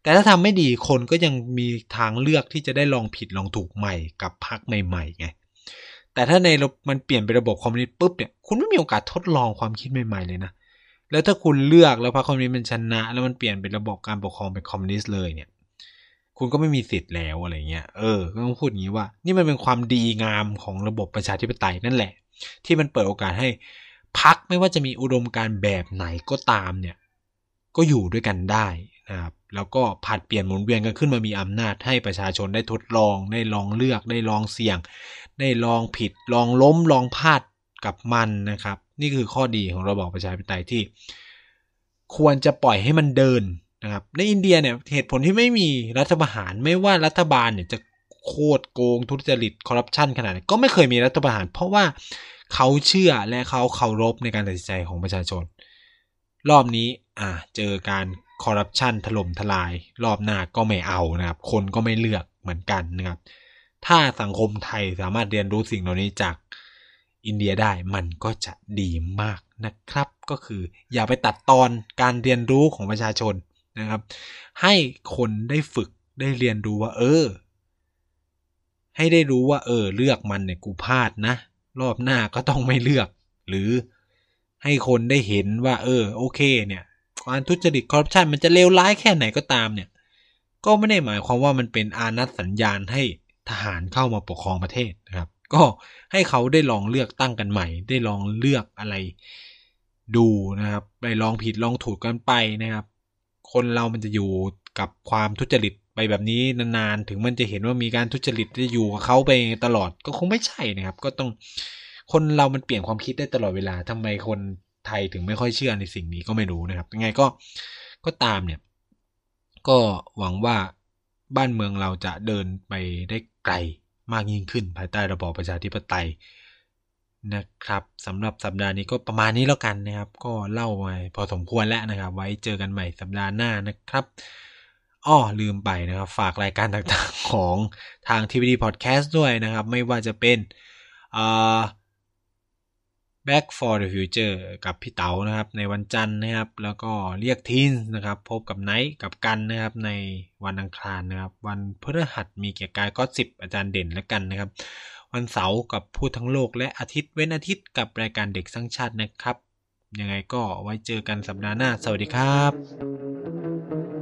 แต่ถ้าทำไม่ดีคนก็ยังมีทางเลือกที่จะได้ลองผิดลองถูกใหม่กับพรรคใหม่ๆไงแต่ถ้าในมันเปลี่ยนเป็นระบบคอมมิวนิสต์ปุ๊บเนี่ยคุณไม่มีโอกาสทดลองความคิดใหม่ๆเลยนะแล้วถ้าคุณเลือกแล้วพรรคคอมมิวนิสต์มันชนะแล้วมันเปลี่ยนเป็นระบบการปกครองเป็นคอมมิวนิสต์เลยเนี่ยคุณก็ไม่มีสิทธิ์แล้วอะไรเงี้ยเออก็ต้องพูดอย่างนี้ว่านี่มันเป็นความดีงามของระบบประชาธิปไตยนั่นแหละที่มันเปิดโอกาสให้พรรคไม่ว่าจะมีอุดมการณ์แบบไหนก็ตามเนี่ยก็อยู่ด้วยกันได้นะครับแล้วก็ผลัดเปลี่ยนหมุนเวียนกันขึ้นมามีอำนาจให้ประชาชนได้ทดลองได้ลองเลือกได้ลองเสี่ยงได้ลองผิดลองล้มลองพลาดกับมันนะครับนี่คือข้อดีของระบอบประชาธิปไตยที่ควรจะปล่อยให้มันเดินนะครับในอินเดียเนี่ยเหตุผลที่ไม่มีรัฐประหารไม่ว่ารัฐบาลเนี่ยจะโคตรโกงทุจริตคอร์รัปชันขนาดไหนก็ไม่เคยมีรัฐประหารเพราะว่าเขาเชื่อและเขาเคารพในการตัดสินใจของประชาชนรอบนี้อ่าเจอการคอร์รัปชันถล่มทลายรอบหน้าก็ไม่เอานะครับคนก็ไม่เลือกเหมือนกันนะครับถ้าสังคมไทยสามารถเรียนรู้สิ่งเหล่านี้จากอินเดียได้มันก็จะดีมากนะครับก็คืออย่าไปตัดตอนการเรียนรู้ของประชาชนนะครับให้คนได้ฝึกได้เรียนรู้ว่าเออให้ได้รู้ว่าเออเลือกมันเนี่ยกูพลาดนะรอบหน้าก็ต้องไม่เลือกหรือให้คนได้เห็นว่าเออโอเคเนี่ยการทุจริตคอร์รัปชันมันจะเลวร้ายแค่ไหนก็ตามเนี่ยก็ไม่ได้หมายความว่ามันเป็นอานัตสัญญาณให้ทหารเข้ามาปกครองประเทศนะครับก็ให้เขาได้ลองเลือกตั้งกันใหม่ได้ลองเลือกอะไรดูนะครับไปลองผิดลองถูกกันไปนะครับคนเรามันจะอยู่กับความทุจริตไปแบบนี้นานๆถึงมันจะเห็นว่ามีการทุจริตจะอยู่กับเขาไปตลอดก็คงไม่ใช่นะครับก็ต้องคนเรามันเปลี่ยนความคิดได้ตลอดเวลาทำไมคนไทยถึงไม่ค่อยเชื่อในสิ่งนี้ก็ไม่รู้นะครับยังไงก็ก็ตามเนี่ยก็หวังว่าบ้านเมืองเราจะเดินไปได้ไกลมากยิ่งขึ้นภายใต้ระบอบประชาธิปไตยนะครับสำหรับสัปดาห์นี้ก็ประมาณนี้แล้วกันนะครับก็เล่ามาพอสมควรแล้วนะครับไว้เจอกันใหม่สัปดาห์หน้านะครับอ้อลืมไปนะครับฝากรายการต่างๆของทาง ที วี ดี Podcast ด้วยนะครับไม่ว่าจะเป็นอ่า Back for the Future กับพี่เต๋านะครับในวันจันทร์นะครับแล้วก็เรียกทีนนะครับพบกับไนท์กับกันนะครับในวันอังคารนะครับวันพฤหัสมีเกียรติกายก็สิบอาจารย์เด่นและกันนะครับวันเสาร์กับพูดทั้งโลกและอาทิตย์เว้นอาทิตย์กับรายการเด็กสร้างชาตินะครับยังไงก็ไว้เจอกันสัปดาห์หน้าสวัสดีครับ